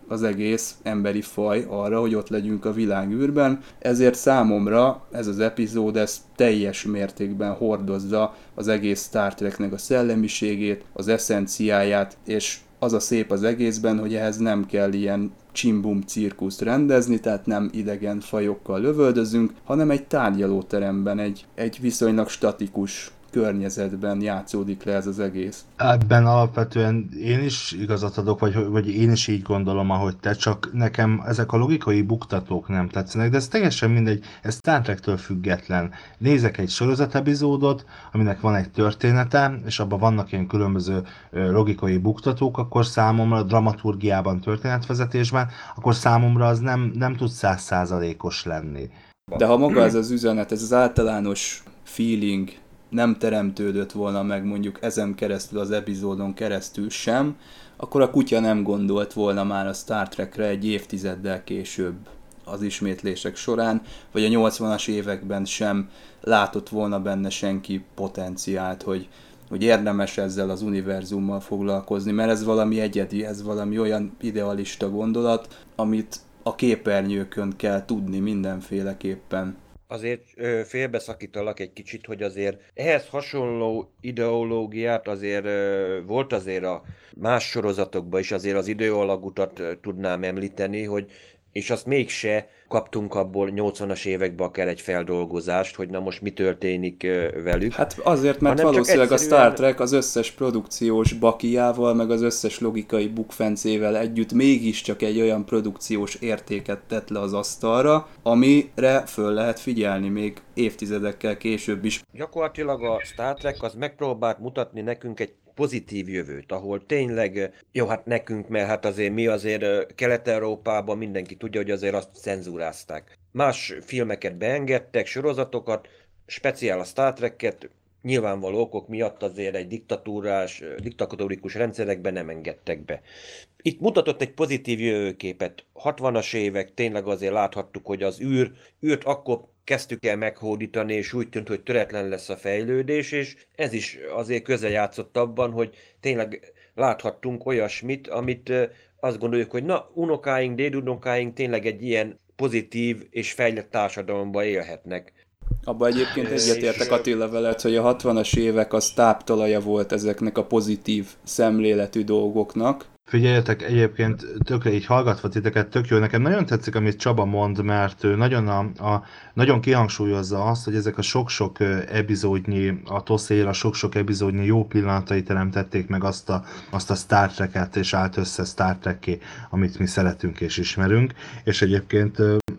az egész emberi faj arra, hogy ott legyünk a világűrben, ezért számomra ez az epizód ez teljes mértékben hordozza az egész Star Treknek a szellemiségét, az eszenciáját, és az a szép az egészben, hogy ehhez nem kell ilyen csimbum cirkuszt rendezni, tehát nem idegen fajokkal lövöldözünk, hanem egy tárgyalóteremben, egy, egy viszonylag statikus környezetben játszódik le ez az egész. Ebben alapvetően én is igazat adok, vagy, vagy én is így gondolom, ahogy te, csak nekem ezek a logikai buktatók nem tetszenek, de ez teljesen mindegy, ez Star Trektől független. Nézek egy sorozatepizódot, aminek van egy története, és abban vannak ilyen különböző logikai buktatók, akkor számomra dramaturgiában, történetvezetésben, akkor számomra az nem, nem tud száz százalékos lenni. De ha maga ez az üzenet, ez az általános feeling nem teremtődött volna meg mondjuk ezen keresztül, az epizódon keresztül sem, akkor a kutya nem gondolt volna már a Star Trekre egy évtizeddel később az ismétlések során, vagy a nyolcvanas években sem látott volna benne senki potenciált, hogy, hogy érdemes ezzel az univerzummal foglalkozni, mert ez valami egyedi, ez valami olyan idealista gondolat, amit a képernyőkön kell tudni mindenféleképpen. Azért ö, félbeszakítalak egy kicsit, hogy azért ehhez hasonló ideológiát azért ö, volt azért a más sorozatokban is, azért az időalagutat ö, tudnám említeni, hogy és azt mégse kaptunk abból nyolcvanas években akár egy feldolgozást, hogy na most mi történik ö, velük. Hát azért, mert valószínűleg egyszerűen... a Star Trek az összes produkciós bakiával, meg az összes logikai bukfencével együtt mégiscsak egy olyan produkciós értéket tett le az asztalra, amire föl lehet figyelni még évtizedekkel később is. Gyakorlatilag a Star Trek az megpróbált mutatni nekünk egy pozitív jövőt, ahol tényleg, jó, hát nekünk, mert hát azért mi azért Kelet-Európában mindenki tudja, hogy azért azt cenzúrázták. Más filmeket beengedtek, sorozatokat, speciál a Star Trek-et, nyilvánvaló okok miatt azért egy diktatúrás, diktatórikus rendszerekben nem engedtek be. Itt mutatott egy pozitív jövőképet. hatvanas évek, tényleg azért láthattuk, hogy az űr, űrt akkor kezdtük el meghódítani, és úgy tűnt, hogy töretlen lesz a fejlődés, és ez is azért közrejátszott abban, hogy tényleg láthattunk olyasmit, amit azt gondoljuk, hogy na, unokáink, dédunokáink tényleg egy ilyen pozitív és fejlett társadalomban élhetnek. Abban egyébként egyetértek Attila veled, hogy a hatvanas évek az táptalaja volt ezeknek a pozitív szemléletű dolgoknak. Figyeljetek, egyébként tökre így hallgatva titeket, tök jó. Nekem nagyon tetszik, amit Csaba mond, mert ő nagyon, a, a, nagyon kihangsúlyozza azt, hogy ezek a sok-sok epizódnyi, a toszéra sok-sok epizódnyi jó pillanatai teremtették meg azt a, azt a Star Trek-et, és állt össze Star Trek-ké, amit mi szeretünk és ismerünk. És egyébként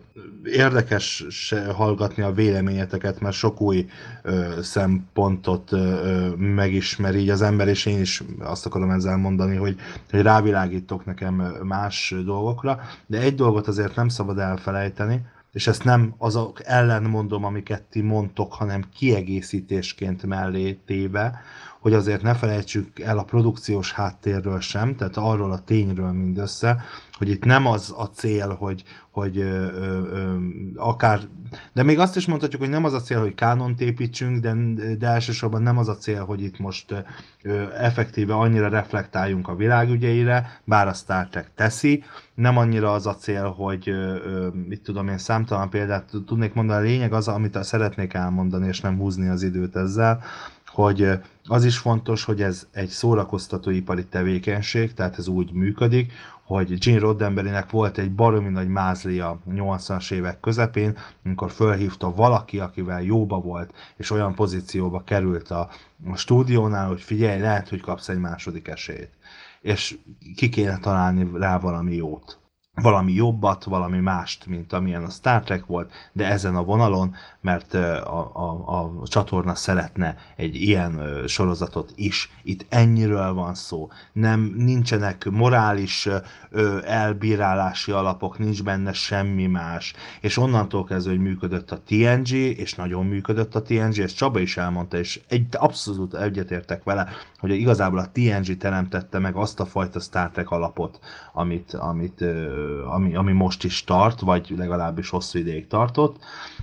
érdekes hallgatni a véleményeteket, mert sok új ö, szempontot ö, megismer így az ember, és én is azt akarom ezzel mondani, hogy, hogy rávilágítok nekem más dolgokra, de egy dolgot azért nem szabad elfelejteni, és ezt nem azok ellen mondom, amiket ti mondtok, hanem kiegészítésként mellé téve, hogy azért ne felejtsük el a produkciós háttérről sem, tehát arról a tényről mindössze, hogy itt nem az a cél, hogy, hogy ö, ö, akár, de még azt is mondhatjuk, hogy nem az a cél, hogy kánont építsünk, de, de elsősorban nem az a cél, hogy itt most ö, effektíve annyira reflektáljunk a világügyeire, bár a Star Trek teszi, nem annyira az a cél, hogy ö, ö, mit tudom én, számtalan példát tudnék mondani, a lényeg az, amit szeretnék elmondani, és nem húzni az időt ezzel, hogy az is fontos, hogy ez egy szórakoztatóipari tevékenység, tehát ez úgy működik, hogy Gene Roddenberrynek volt egy baromi nagy mázlia a nyolcvanas évek közepén, amikor fölhívta valaki, akivel jóba volt, és olyan pozícióba került a, a stúdiónál, hogy figyelj, lehet, hogy kapsz egy második esélyt. És ki kéne találni rá valami jót. Valami jobbat, valami mást, mint amilyen a Star Trek volt, de ezen a vonalon, mert a, a, a csatorna szeretne egy ilyen sorozatot is. Itt ennyiről van szó. Nem, nincsenek morális ö, elbírálási alapok, nincs benne semmi más. És onnantól kezdve, hogy működött a té en gé, és nagyon működött a té en gé, és Csaba is elmondta, és egy, abszolút egyetértek vele, hogy igazából a té en gé teremtette meg azt a fajta Star Trek alapot, amit, amit, ö, ami, ami most is tart, vagy legalábbis hosszú ideig tartott,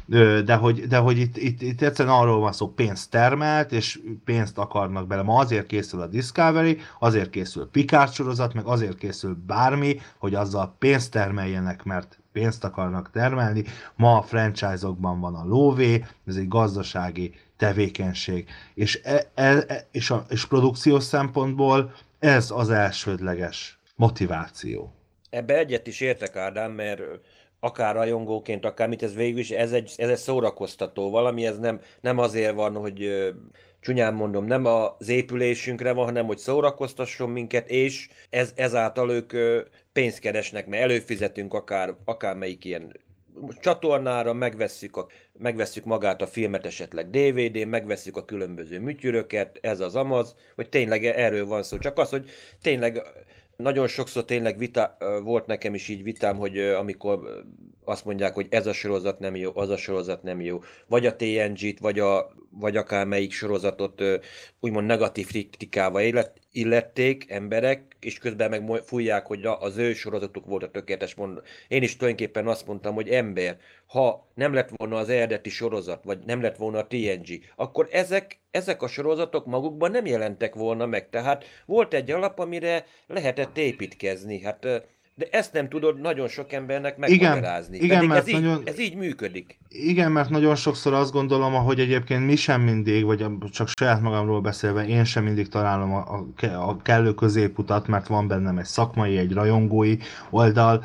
de hogy, de hogy itt, itt, itt egyszerűen arról van szó, pénzt termelt, és pénzt akarnak bele. Ma azért készül a Discovery, azért készül Picard sorozat, meg azért készül bármi, hogy azzal pénzt termeljenek, mert pénzt akarnak termelni. Ma a franchise-okban van a lóvé, ez egy gazdasági tevékenység. És, e, e, és, a, és produkciós szempontból ez az elsődleges motiváció. Ebbe egyet is értek, Ádám, mert akár rajongóként, akár mit, ez végül is, ez egy, ez egy szórakoztató valami, ez nem, nem azért van, hogy csúnyán mondom, nem az épülésünkre van, hanem hogy szórakoztasson minket, és ez, ezáltal ők pénzt keresnek, mert előfizetünk akár, akármelyik ilyen csatornára, megvesszük, a, megvesszük magát a filmet esetleg dé vé dén, megvesszük a különböző műtyüröket, ez az amaz, hogy tényleg erről van szó. Csak az, hogy tényleg nagyon sokszor tényleg vita, volt nekem is így vitám, hogy amikor azt mondják, hogy ez a sorozat nem jó, az a sorozat nem jó, vagy a té en gét, vagy, a, vagy akármelyik sorozatot úgymond negatív kritikával illették emberek, és közben meg fújják, hogy az ő sorozatuk volt a tökéletes. Mond. Én is tulajdonképpen azt mondtam, hogy ember, ha nem lett volna az eredeti sorozat, vagy nem lett volna a té en gé, akkor ezek, ezek a sorozatok magukban nem jelentek volna meg. Tehát volt egy alap, amire lehetett építkezni. Hát, de ezt nem tudod nagyon sok embernek megmagyarázni. Igen, igen, mert ez, nagyon... így, ez így működik. Igen, mert nagyon sokszor azt gondolom, hogy egyébként mi sem mindig, vagy csak saját magamról beszélve, én sem mindig találom a, a kellő középutat, mert van bennem egy szakmai, egy rajongói oldal,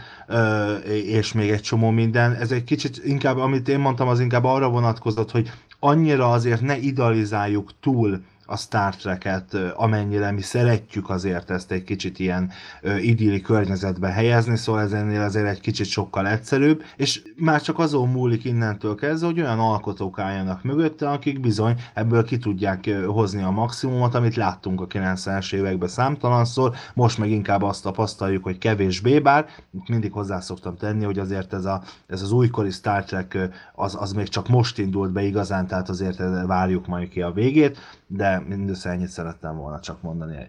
és még egy csomó minden. Ez egy kicsit inkább, amit én mondtam, az inkább arra vonatkozott, hogy annyira azért ne idealizáljuk túl a Star Trek-et, amennyire mi szeretjük azért ezt egy kicsit ilyen idilli környezetbe helyezni, szóval ez ennél azért egy kicsit sokkal egyszerűbb, és már csak azon múlik innentől kezdve, hogy olyan alkotók álljanak mögötte, akik bizony ebből ki tudják hozni a maximumot, amit láttunk a kilencvenes években számtalanszor, most meg inkább azt tapasztaljuk, hogy kevésbé, bár mindig hozzá szoktam tenni, hogy azért ez, a, ez az újkori Star Trek az, az még csak most indult be igazán, tehát azért várjuk majd ki a végét, de mindössze ennyit szerettem volna csak mondani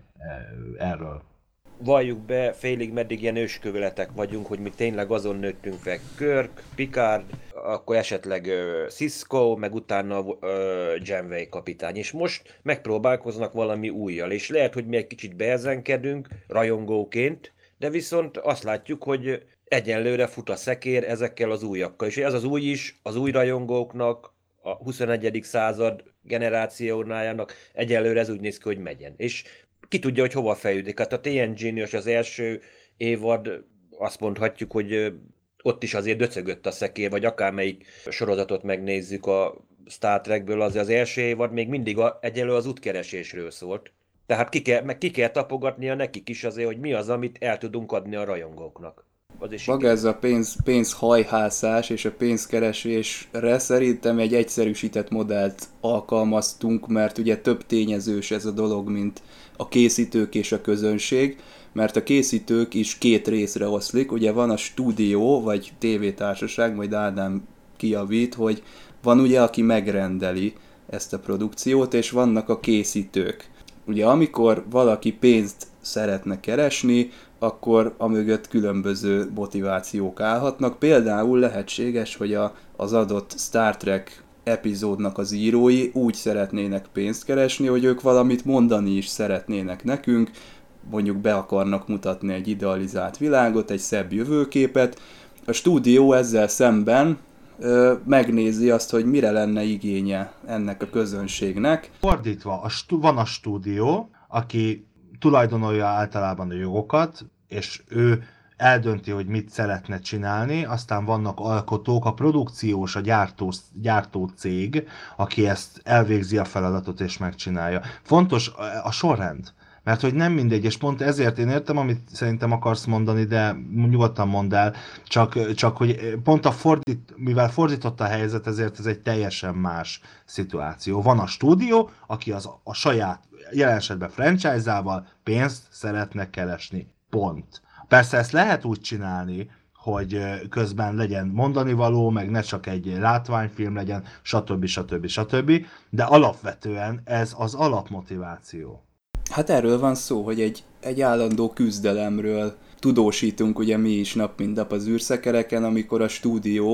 erről. Valljuk be, félig meddig ilyen ősköveletek vagyunk, hogy mi tényleg azon nőttünk fel. Kirk, Picard, akkor esetleg uh, Sisko, meg utána uh, Janeway kapitány. És most megpróbálkoznak valami újjal, és lehet, hogy mi egy kicsit beezenkedünk rajongóként, de viszont azt látjuk, hogy egyenlőre fut a szekér ezekkel az újakkal. És ez az új is az új rajongóknak, a huszonegyedik század generációnájának egyelőre ez úgy néz ki, hogy megyen. És ki tudja, hogy hova fejlődik. Hát a té en gé-nél az első évad azt mondhatjuk, hogy ott is azért döcögött a szekér, vagy akármelyik sorozatot megnézzük a Star Trekből, azért az első évad még mindig a, egyelő az útkeresésről szólt. Tehát ki kell, meg ki kell tapogatnia nekik is azért, hogy mi az, amit el tudunk adni a rajongóknak. Maga ez a pénz, pénzhajhászás és a pénzkeresésre szerintem egy egyszerűsített modellt alkalmaztunk, mert ugye több tényezős ez a dolog, mint a készítők és a közönség, mert a készítők is két részre oszlik, ugye van a stúdió, vagy tévétársaság, majd Ádám kijavít, hogy van ugye, aki megrendeli ezt a produkciót, és vannak a készítők. Ugye amikor valaki pénzt szeretne keresni, akkor amögött különböző motivációk állhatnak. Például lehetséges, hogy a, az adott Star Trek epizódnak az írói úgy szeretnének pénzt keresni, hogy ők valamit mondani is szeretnének nekünk, mondjuk be akarnak mutatni egy idealizált világot, egy szebb jövőképet. A stúdió ezzel szemben ö, megnézi azt, hogy mire lenne igénye ennek a közönségnek. Fordítva, a stu- van a stúdió, aki tulajdonolja általában a jogokat, és ő eldönti, hogy mit szeretne csinálni, aztán vannak alkotók, a produkciós, a gyártó, gyártó cég, aki ezt elvégzi a feladatot és megcsinálja. Fontos a sorrend, mert hogy nem mindegy, és pont ezért én értem, amit szerintem akarsz mondani, de nyugodtan mondd el, csak, csak hogy pont a fordít, mivel fordított a helyzet, ezért ez egy teljesen más szituáció. Van a stúdió, aki az a saját, jelen esetben franchise-ával pénzt szeretne keresni. Pont. Persze ezt lehet úgy csinálni, hogy közben legyen mondani való, meg ne csak egy látványfilm legyen, stb. stb. stb. De alapvetően ez az alapmotiváció. Hát erről van szó, hogy egy, egy állandó küzdelemről tudósítunk ugye mi is nap mint nap az űrszekereken, amikor a stúdió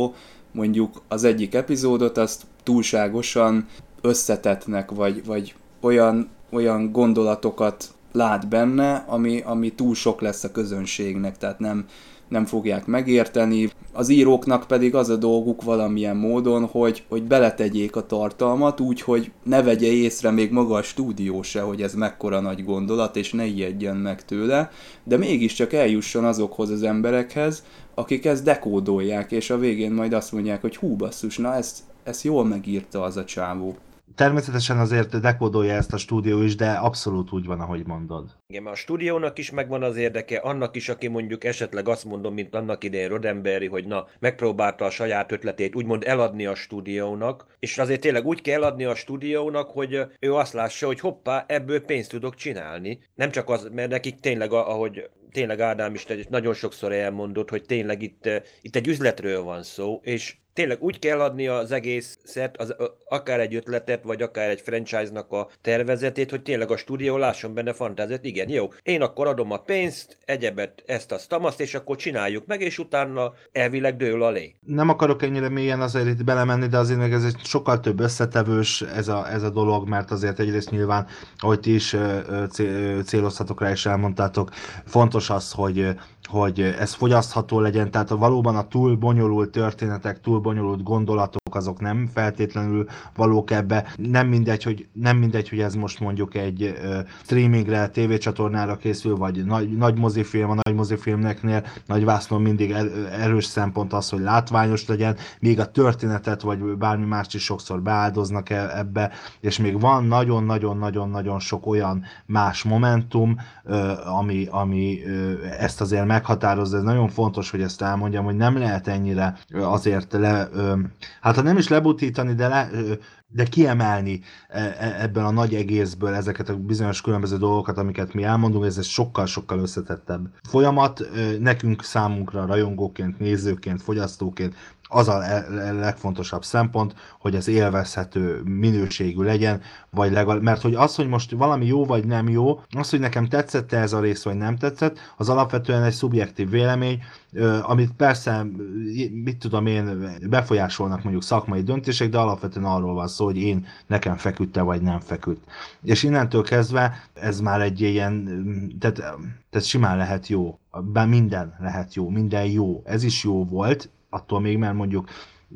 mondjuk az egyik epizódot azt túlságosan összetettnek, vagy, vagy olyan, olyan gondolatokat lát benne, ami, ami túl sok lesz a közönségnek, tehát nem, nem fogják megérteni. Az íróknak pedig az a dolguk valamilyen módon, hogy, hogy beletegyék a tartalmat úgy, hogy ne vegye észre még maga a stúdió se, hogy ez mekkora nagy gondolat, és ne ijedjen meg tőle, de mégiscsak eljusson azokhoz az emberekhez, akik ezt dekódolják, és a végén majd azt mondják, hogy hú basszus, na ezt, ezt jól megírta az a csávó. Természetesen azért dekódolja ezt a stúdió is, de abszolút úgy van, ahogy mondod. Igen, a stúdiónak is megvan az érdeke, annak is, aki mondjuk esetleg azt mondom, mint annak idején Roddenberry, hogy na, megpróbálta a saját ötletét úgymond eladni a stúdiónak, és azért tényleg úgy kell adni a stúdiónak, hogy ő azt lássa, hogy hoppá, ebből pénzt tudok csinálni. Nem csak az, mert nekik tényleg, ahogy tényleg Ádám is nagyon sokszor elmondott, hogy tényleg itt, itt egy üzletről van szó, és tényleg úgy kell adni az egészet, az, akár egy ötletet, vagy akár egy franchise-nak a tervezetét, hogy tényleg a stúdió lásson benne fantáziát. Igen, jó, én akkor adom a pénzt, egyebet, ezt, azt, tamaszt, és akkor csináljuk meg, és utána elvileg dől a lé. Nem akarok ennyire mélyen azért itt belemenni, de azért meg ez egy sokkal több összetevős ez a, ez a dolog, mert azért egyrészt nyilván, ahogy ti is céloztatok rá és elmondtátok, fontos az, hogy hogy ez fogyasztható legyen, tehát valóban a túl bonyolult történetek, túl bonyolult gondolatok, azok nem feltétlenül valók ebbe. Nem mindegy, hogy, nem mindegy, hogy ez most mondjuk egy uh, streamingre, tévécsatornára készül, vagy nagy, nagy mozifilm, a nagy mozifilmeknél nagy vásznon mindig er, erős szempont az, hogy látványos legyen, még a történetet, vagy bármi mást is sokszor beáldoznak ebbe, és még van nagyon-nagyon-nagyon-nagyon sok olyan más momentum, uh, ami, ami uh, ezt azért meghatározza. Ez nagyon fontos, hogy ezt elmondjam, hogy nem lehet ennyire uh, azért le, uh, hát ha nem is lebutítani, de, le, de kiemelni ebben a nagy egészből ezeket a bizonyos különböző dolgokat, amiket mi elmondunk, ez egy sokkal-sokkal összetettebb folyamat. Nekünk, számunkra, rajongóként, nézőként, fogyasztóként az a legfontosabb szempont, hogy ez élvezhető minőségű legyen, vagy legalább, mert hogy az, hogy most valami jó vagy nem jó, az, hogy nekem tetszett ez a rész, vagy nem tetszett, az alapvetően egy szubjektív vélemény, amit persze, mit tudom én, befolyásolnak mondjuk szakmai döntések, de alapvetően arról van szó, hogy én nekem feküdt-e, vagy nem feküdt. És innentől kezdve ez már egy ilyen, tehát, tehát simán lehet jó, bár minden lehet jó, minden jó, ez is jó volt, attól még, mert mondjuk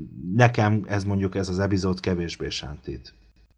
nekem ez mondjuk ez az epizód kevésbé sántít.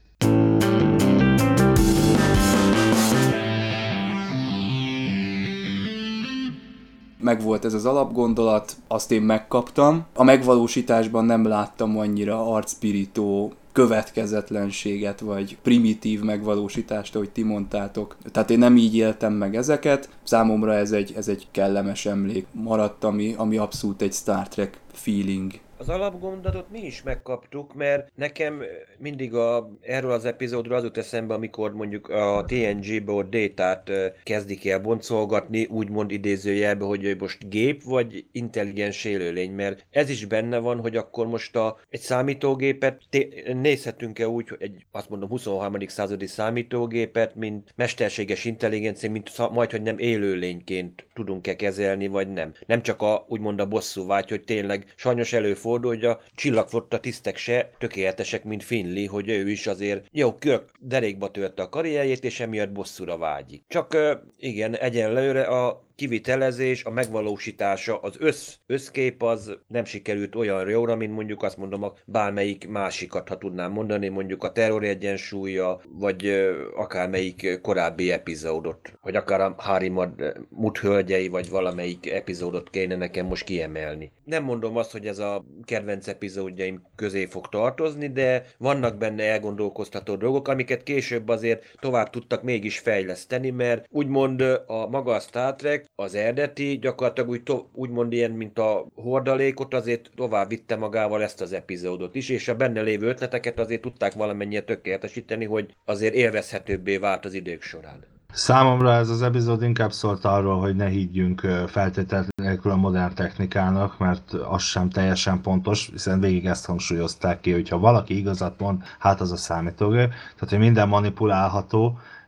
Megvolt ez az alapgondolat, azt én megkaptam. A megvalósításban nem láttam annyira arcpirító következetlenséget, vagy primitív megvalósítást, ahogy ti mondtátok. Tehát én nem így éltem meg ezeket. Számomra ez egy, ez egy kellemes emlék maradt, ami, ami abszolút egy Star Trek feeling. Az alapgondolatot mi is megkaptuk, mert nekem mindig a, erről az epizódról az jut eszembe, amikor mondjuk a té en gé-ből Détát kezdik el boncolgatni, úgymond idézőjelbe, hogy ő most gép vagy intelligens élőlény, mert ez is benne van, hogy akkor most a, egy számítógépet té- nézhetünk-e úgy, hogy egy, azt mondom, huszonharmadik századi számítógépet, mint mesterséges intelligencia, mint majd, hogy nem élőlényként tudunk-e kezelni, vagy nem. Nem csak a, úgymond a bosszúvágy, hogy tényleg sajnos előfordul, hogy a csillagflotta tisztek se tökéletesek, mint Finley, hogy ő is azért jó, Kirk derékba törte a karrierjét, és emiatt bosszúra vágyik. Csak igen, egyenlőre a kivitelezés, a megvalósítása, az össz, összkép az nem sikerült olyan jóra, mint mondjuk azt mondom a bármelyik másikat, ha tudnám mondani, mondjuk a Terror egyensúlya, vagy akármelyik korábbi epizódot, vagy akár a Harry Mudd hölgyei, vagy valamelyik epizódot kéne nekem most kiemelni. Nem mondom azt, hogy ez a kedvenc epizódjaim közé fog tartozni, de vannak benne elgondolkoztató dolgok, amiket később azért tovább tudtak mégis fejleszteni, mert úgymond a maga a Star Trek, az eredeti, gyakorlatilag úgy to- úgymond ilyen, mint a hordalékot, azért tovább vitte magával ezt az epizódot is, és a benne lévő ötleteket azért tudták valamennyire tökéletesíteni, hogy azért élvezhetőbbé vált az idők során. Számomra ez az epizód inkább szólt arról, hogy ne higgyünk feltétlenül a modern technikának, mert az sem teljesen pontos, hiszen végig ezt hangsúlyozták ki, hogyha valaki igazat mond, hát az a számítógép, tehát hogy minden manipulálható.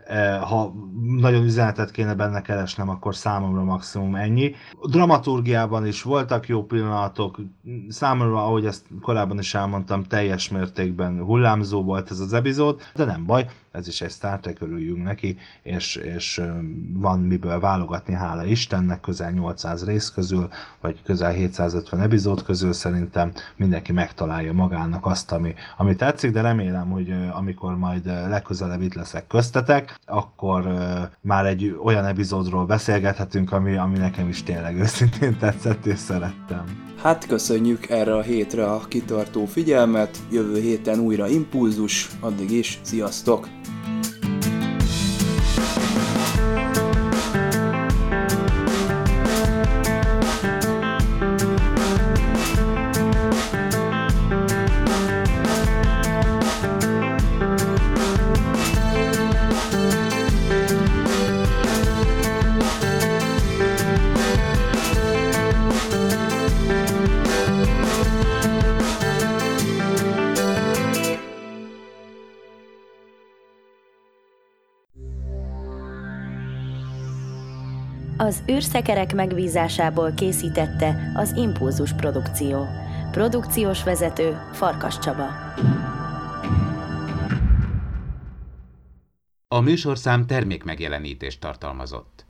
Ha nagyon üzenetet kéne benne keresnem, akkor számomra maximum ennyi. A dramaturgiában is voltak jó pillanatok, számomra, ahogy ezt korábban is elmondtam, teljes mértékben hullámzó volt ez az epizód, de nem baj, ez is egy Star Trek, örüljünk neki, és, és van miből válogatni, hála Istennek, közel nyolcszáz rész közül, vagy közel hétszázötven epizód közül szerintem mindenki megtalálja magának azt, ami, ami tetszik, de remélem, hogy amikor majd legközelebb itt leszek köztetek, akkor már egy olyan epizódról beszélgethetünk, ami, ami nekem is tényleg őszintén tetszett és szerettem. Hát köszönjük erre a hétre a kitartó figyelmet, jövő héten újra Impulzus, addig is sziasztok! Az űrszekerek megbízásából készítette az Impulzus Produkció. Produkciós vezető Farkas Csaba. A műsorszám termékmegjelenítést tartalmazott.